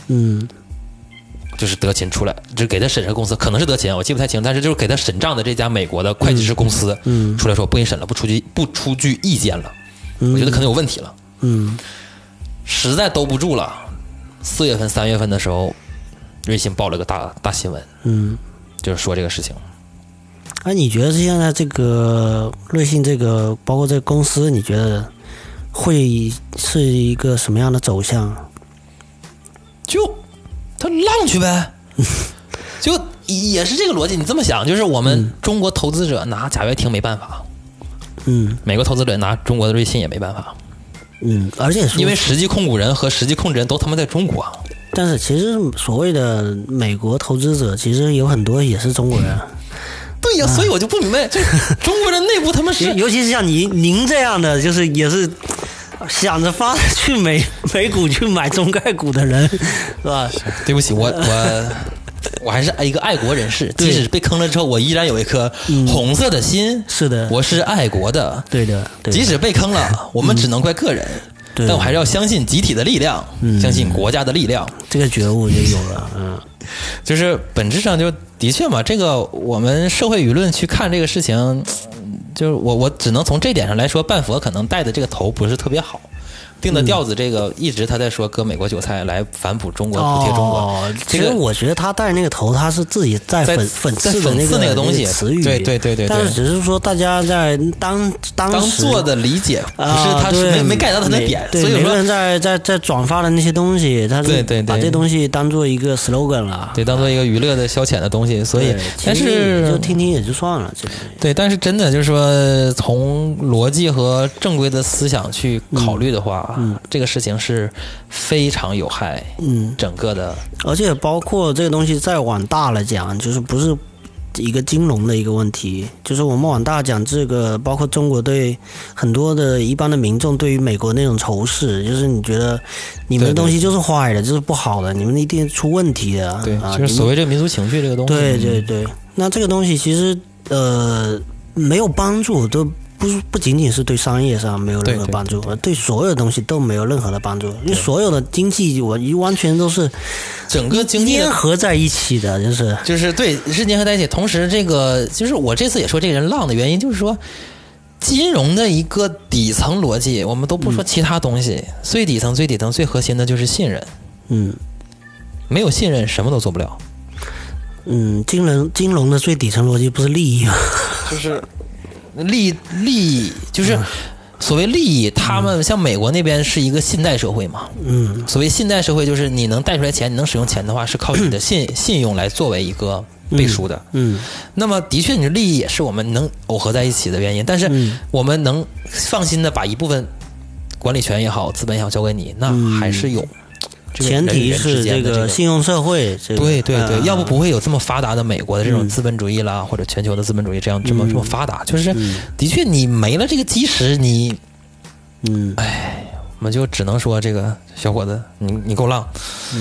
就是德勤出来，就是给他审核公司，可能是德勤，我记不太清，但是就是给他审账的这家美国的会计师公司，出来说不给你审了，不出具意见了，我觉得可能有问题了。实在兜不住了。4月份、3月份的时候，瑞幸报了个大新闻，就是说这个事情。 你觉得现在这个瑞幸这个，包括这个公司，你觉得会是一个什么样的走向？ 就他浪去呗，就也是这个逻辑。你这么想，就是我们中国投资者拿贾跃亭没办法，美国投资者拿中国的瑞幸也没办法。 而且因为实际控股人和实际控制人都他妈在中国。 但是其实所谓的美国投资者，其实有很多也是中国人。 对呀，所以我就不明白，就中国人内部他们是， 尤其是像您这样的，就是也是想着发去美股去买中概股的人，是吧？ 对不起，我还是一个爱国人士，即使被坑了之后，我依然有一颗红色的心。 是的， 我是爱国的。 对的， 即使被坑了，我们只能怪个人，但我还是要相信集体的力量，相信国家的力量。 这个觉悟就有了。 就是本质上就的确嘛，这个我们社会舆论去看这个事情，就是我只能从这点上来说，半佛可能带的这个头不是特别好。定的调子，这个一直他在说割美国韭菜来反哺中国、补贴中国。 其实我觉得他带那个头，他是自己在讽刺的那个东西词语。 对。 但是只是说大家在当做的理解，不是他没 get 到他的点。所以每个人在转发的那些东西，他是把这东西当做一个 slogan 了， 对，当做一个娱乐的消遣的东西。所以，但是就听听也就算了。 对，但是真的就是说，从逻辑和正规的思想去考虑的话。这个事情是非常有害，整个的， 而且包括这个东西再往大了讲，就是不是一个金融的一个问题，就是我们往大讲，这个包括中国对很多的一般的民众对于美国那种仇视，就是你觉得你们的东西就是坏的，就是不好的，你们一定出问题的， 对，就是所谓这个民族情绪这个东西， 对，那这个东西其实没有帮助，都。不仅仅是对商业上没有任何帮助，对所有的东西都没有任何的帮助。因为所有的经济，我完全都是整个经济粘合在一起的， 就是对，是粘合在一起。同时，这个就是我这次也说这个人浪的原因，就是说金融的一个底层逻辑，我们都不说其他东西，最底层、最核心的就是信任。没有信任，什么都做不了。 金融的最底层逻辑不是利益吗？ 就是利益就是所谓利益，他们像美国那边是一个信贷社会嘛，所谓信贷社会就是你能贷出来钱，你能使用钱的话，是靠你的信用来作为一个背书的，那么的确你的利益也是我们能耦合在一起的原因，但是我们能放心的把一部分管理权也好，资本也好交给你，那还是有。 前提是这个信用社会， 对，要不会有这么发达的美国的这种资本主义啦，或者全球的资本主义这么发达。就是的确，你没了这个基石，我们就只能说这个小伙子，你够浪，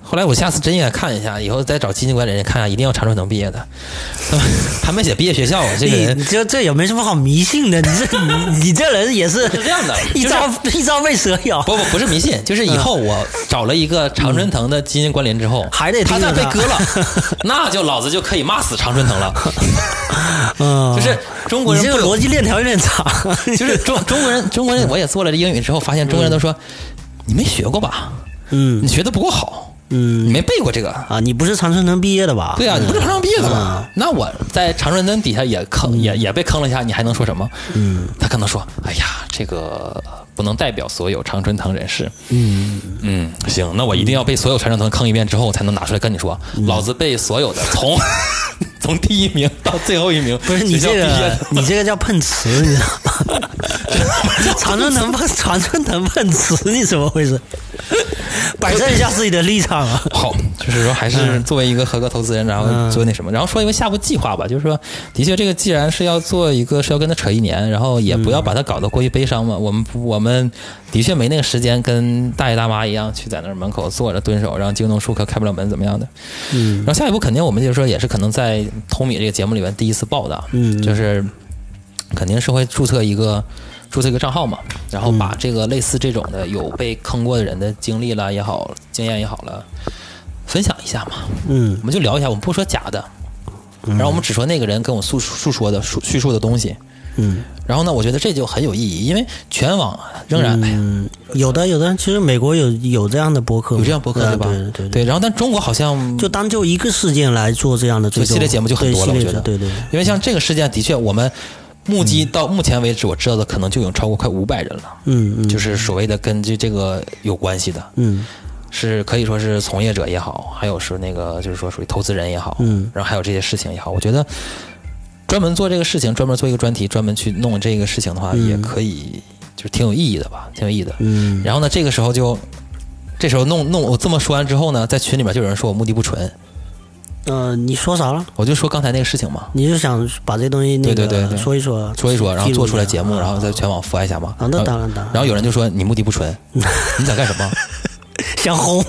后来我下次真应该看一下，以后再找基金管理人看一下，一定要常春藤毕业的。还没写毕业学校，这个人你这也没什么好迷信的，你这人也是这样的， 一朝被蛇咬。 不是迷信，就是以后我找了一个常春藤的基金管理人之后， 还得他再被割了，那就老子就可以骂死常春藤了。就是中国人你这个逻辑链条有点长， 就是中国人，我也做了英语之后，发现中国人都说你没学过吧？你学的不够好。你没背过这个啊？你不是常春藤毕业的吧？ 对啊，你不是常春藤毕业的吧？那我在常春藤底下也也被坑了一下，你还能说什么？他可能说，哎呀，这个不能代表所有常春藤人士。行，那我一定要被所有常春藤坑一遍之后，我才能拿出来跟你说，老子被所有的从第一名到最后一名， 不是你这个叫碰瓷，你知道吗？常春藤碰瓷，你怎么回事？摆正一下自己的立场啊！ 好，就是说还是作为一个合格投资人，然后做那什么，然后说一个下步计划吧。就是说，的确，这个既然是要做一个，是要跟他扯1年，然后也不要把它搞得过于悲伤嘛。我们的确没那个时间跟大爷大妈一样去在那儿门口坐着蹲守，让京东书客开不了门怎么样的。然后下一步肯定我们就是说也是可能在偷米这个节目里面第一次报的，就是肯定是会注册一个账号嘛，然后把这个类似这种的有被坑过的人的经历啦也好，经验也好了，分享一下嘛。我们就聊一下，我们不说假的，然后我们只说那个人跟我叙述的东西。然后呢，我觉得这就很有意义，因为全网仍然有的，其实美国有这样的博客， 有这样博客对吧？对。然后但中国好像就单就一个事件来做这样的系列节目就很多了，我觉得。 对， 因为像这个事件，的确我们目击到目前为止，我知道的可能就有超过快500人了。就是所谓的跟这个有关系的。是可以说是从业者也好，还有是那个就是说属于投资人也好，然后还有这些事情也好，我觉得专门做这个事情，专门做一个专题，专门去弄这个事情的话，也可以，就是挺有意义的吧，挺有意义的。然后呢，这时候弄我这么说完之后呢，在群里面就有人说我目的不纯。 你说啥了？ 我就说刚才那个事情嘛。 你是想把这东西对说一说， 然后做出来节目，然后在全网发一下嘛。 那当然。 然后有人就说你目的不纯，你想干什么？ 想红。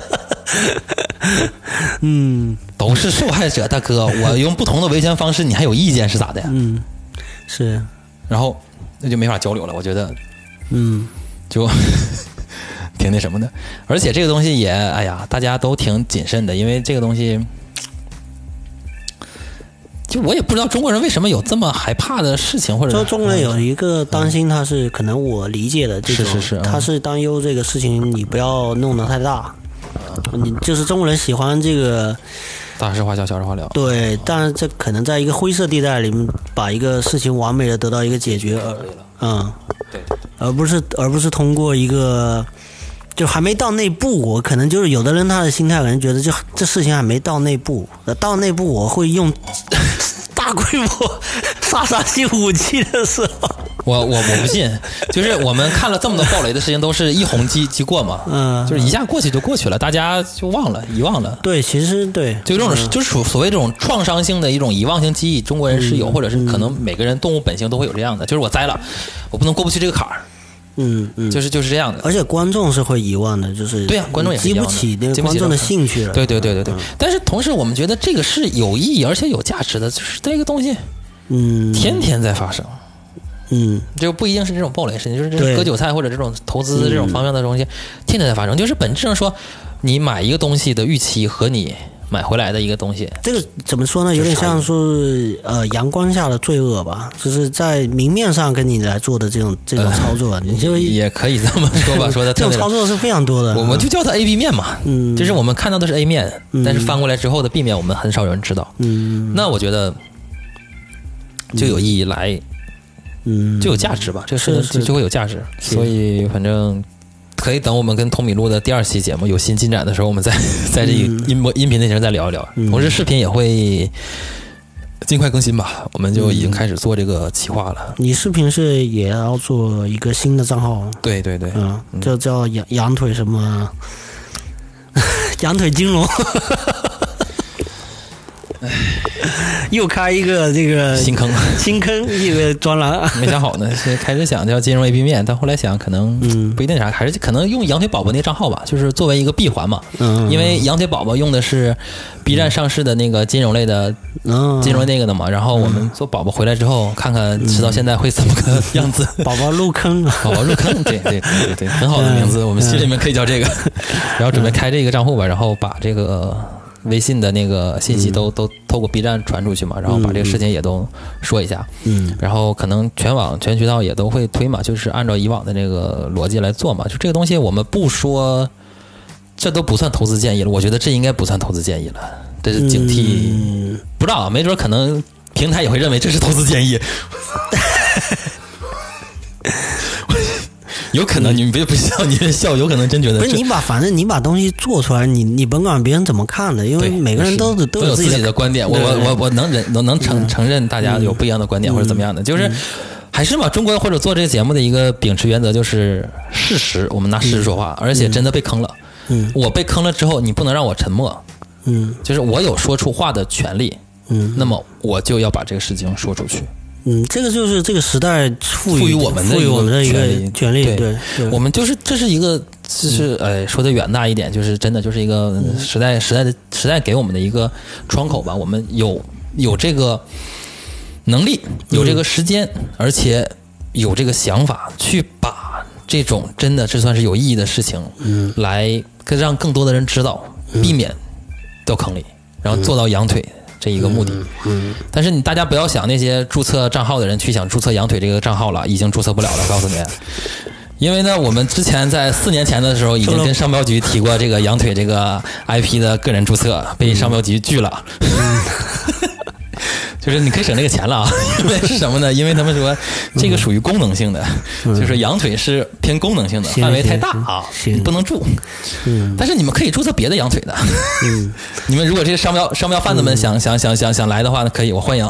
都是受害者，大哥，我用不同的维权方式，你还有意见是咋的呀？ 是。 然后那就没法交流了，我觉得，就挺那什么的。而且这个东西也，哎呀，大家都挺谨慎的，因为这个东西，就我也不知道中国人为什么有这么害怕的事情，或者中国人有一个担心，他是可能我理解的这种， 是， 他是担忧这个事情你不要弄得太大。你就是中国人喜欢这个大事化小，小事化了。对， 但是这可能在一个灰色地带里面，把一个事情完美的得到一个解决， 对， 而不是通过一个就还没到那步，我可能就是有的人他的心态可能觉得这事情还没到那步，到那步我会用大规模杀性武器的时候。 我不信，就是我们看了这么多暴雷的事情，都是一红即过嘛，就是一下过去就过去了，大家就遗忘了。 对，其实对， 就这种就是所谓这种创伤性的一种遗忘性记忆，中国人是有，或者是可能每个人动物本性都会有这样的，就是我栽了，我不能过不去这个坎儿。就是这样的。 而且观众是会遗忘的，就是对呀，观众也是激不起那个观众的兴趣了。 对。但是同时，我们觉得这个是有意义而且有价值的，就是这个东西，天天在发生。就不一定是这种暴雷事情，就是这割韭菜或者这种投资这种方面的东西，天天在发生。就是本质上说，你买一个东西的预期和你买回来的一个东西， 这个怎么说呢？有点像说阳光下的罪恶吧，就是在明面上跟你来做的这种操作，你就也可以这么说吧，说的这种操作是非常多的。 我们就叫它 A B 面嘛，就是我们看到的是 A 面，但是翻过来之后的 B 面，我们很少有人知道。那我觉得就有意义来。就有价值吧，这个事情就会有价值，所以反正可以等我们跟通米路的第2期节目有新进展的时候，我们在这个音频内容再聊一聊，同时视频也会尽快更新吧，我们就已经开始做这个企划了。 你视频是也要做一个新的账号？ 对， 就叫羊腿什么羊腿金融。 又开一个这个新坑一个专栏， 没想好呢。是开始想叫金融 AP 面，但后来想可能不一定啥，还是可能用羊腿宝宝那个账号吧，就是作为一个闭环嘛。因为羊腿宝宝用的是 B 站上市的那个金融类的金融那个的嘛，然后我们做宝宝回来之后，看看吃到现在会怎么个样子。 宝宝入坑， 宝宝入坑，对，很好的名字，我们心里面可以叫这个。然后准备开这个账户吧，然后把这个微信的那个信息都透过 B 站传出去嘛，然后把这个事情也都说一下。然后可能全渠道也都会推嘛，就是按照以往的这个逻辑来做嘛。就这个东西我们不说，这都不算投资建议了，我觉得这应该不算投资建议了，这是警惕。不知道，没准可能平台也会认为这是投资建议。有可能你们别不笑，你们笑，有可能真觉得不是你反正你把东西做出来，你甭管别人怎么看的，因为每个人都有自己的观点。我能承认大家有不一样的观点或者怎么样的，就是还是嘛，中国或者做这个节目的一个秉持原则就是事实，我们拿事实说话，而且真的被坑了。我被坑了之后，你不能让我沉默。就是我有说出话的权利。那么我就要把这个事情说出去。 这个就是这个时代赋予我们的一个权利。对， 我们就是这是一个，就是说的远大一点，就是真的就是一个时代给我们的一个窗口吧。我们有这个能力，有这个时间，而且有这个想法，去把这种真的这算是有意义的事情，来让更多的人知道，避免掉坑里，然后做到羊腿。这一个目的，但是大家不要想那些注册账号的人去想注册羊腿这个账号了，已经注册不了了，告诉你。因为呢，我们之前在4年前的时候已经跟商标局提过这个羊腿这个 IP 的个人注册，被商标局拒了。就是你可以省这个钱了啊，因为是什么呢？因为他们说这个属于功能性的，就是羊腿是偏功能性的，范围太大啊，你不能注。但是你们可以注册别的羊腿的。你们如果这些商标贩子们想来的话，可以，我欢迎。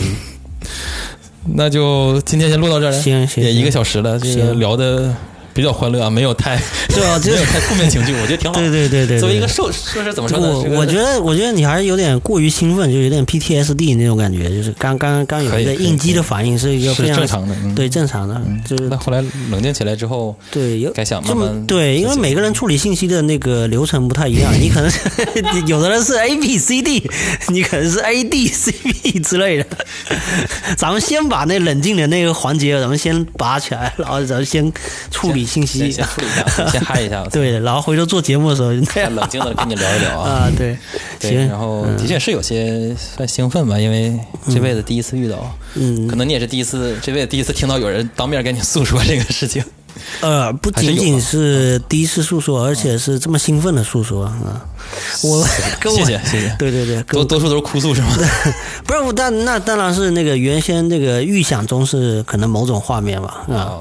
那就今天先录到这儿了， 行， 也1个小时了，这个聊的比较欢乐啊，没有太负面情绪，我觉得挺好。 对。 作为一个说是怎么说呢？ 我觉得你还是有点过于兴奋，就有点 PTSD 那种感觉，就是刚有一个应激的反应，是一个非常正常的， 对，正常的。就是那后来冷静起来之后， 对， 该想慢慢对，因为每个人处理信息的那个流程不太一样，你可能有的人是 ABCD， 你可能是 ADCB 之类的。咱们先把那冷静的那个环节，咱们先拔起来，然后咱们先处理信息， 先处理一下，先嗨一下。 对，然后回头做节目的时候， 冷静的跟你聊一聊啊。 对， 行。然后的确是有些算兴奋吧，因为这辈子第一次遇到，可能你也是这辈子第一次听到有人当面跟你诉说这个事情。 不仅仅是第一次诉说，而且是这么兴奋的诉说啊！ 谢谢， 对， 多数都是哭诉是吗？ 不是，那当然是那个原先那个预想中是可能某种画面吧啊，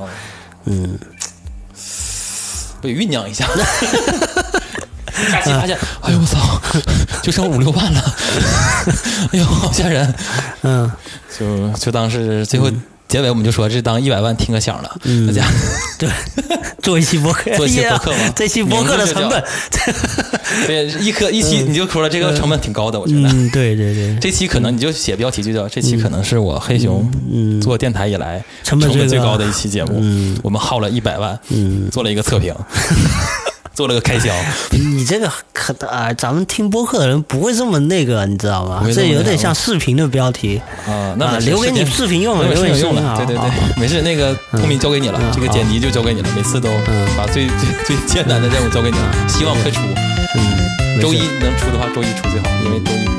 对，酝酿一下。下期发现，哎呦我操，就剩5-6万了，哎呦好吓人。就当是最后结尾我们就说这当100万听个响了，大家对，做一期播客， 嘛， 这期播客的成本， 对，一期你就说了这个成本挺高的，我觉得， 对， 这期可能你就写标题就叫这期可能是我黑熊做电台以来成本最高的一期节目，我们耗了100万，做了一个测评。做了个开销， 你这个咱们听播客的人不会这么那个，你知道吗？这有点像视频的标题那留给你视频用了， 留给你用了。对，没事，那个通明交给你了，这个剪辑就交给你了，每次都把最艰难的任务交给你了，希望快出。周一能出的话，周一出最好，因为周一。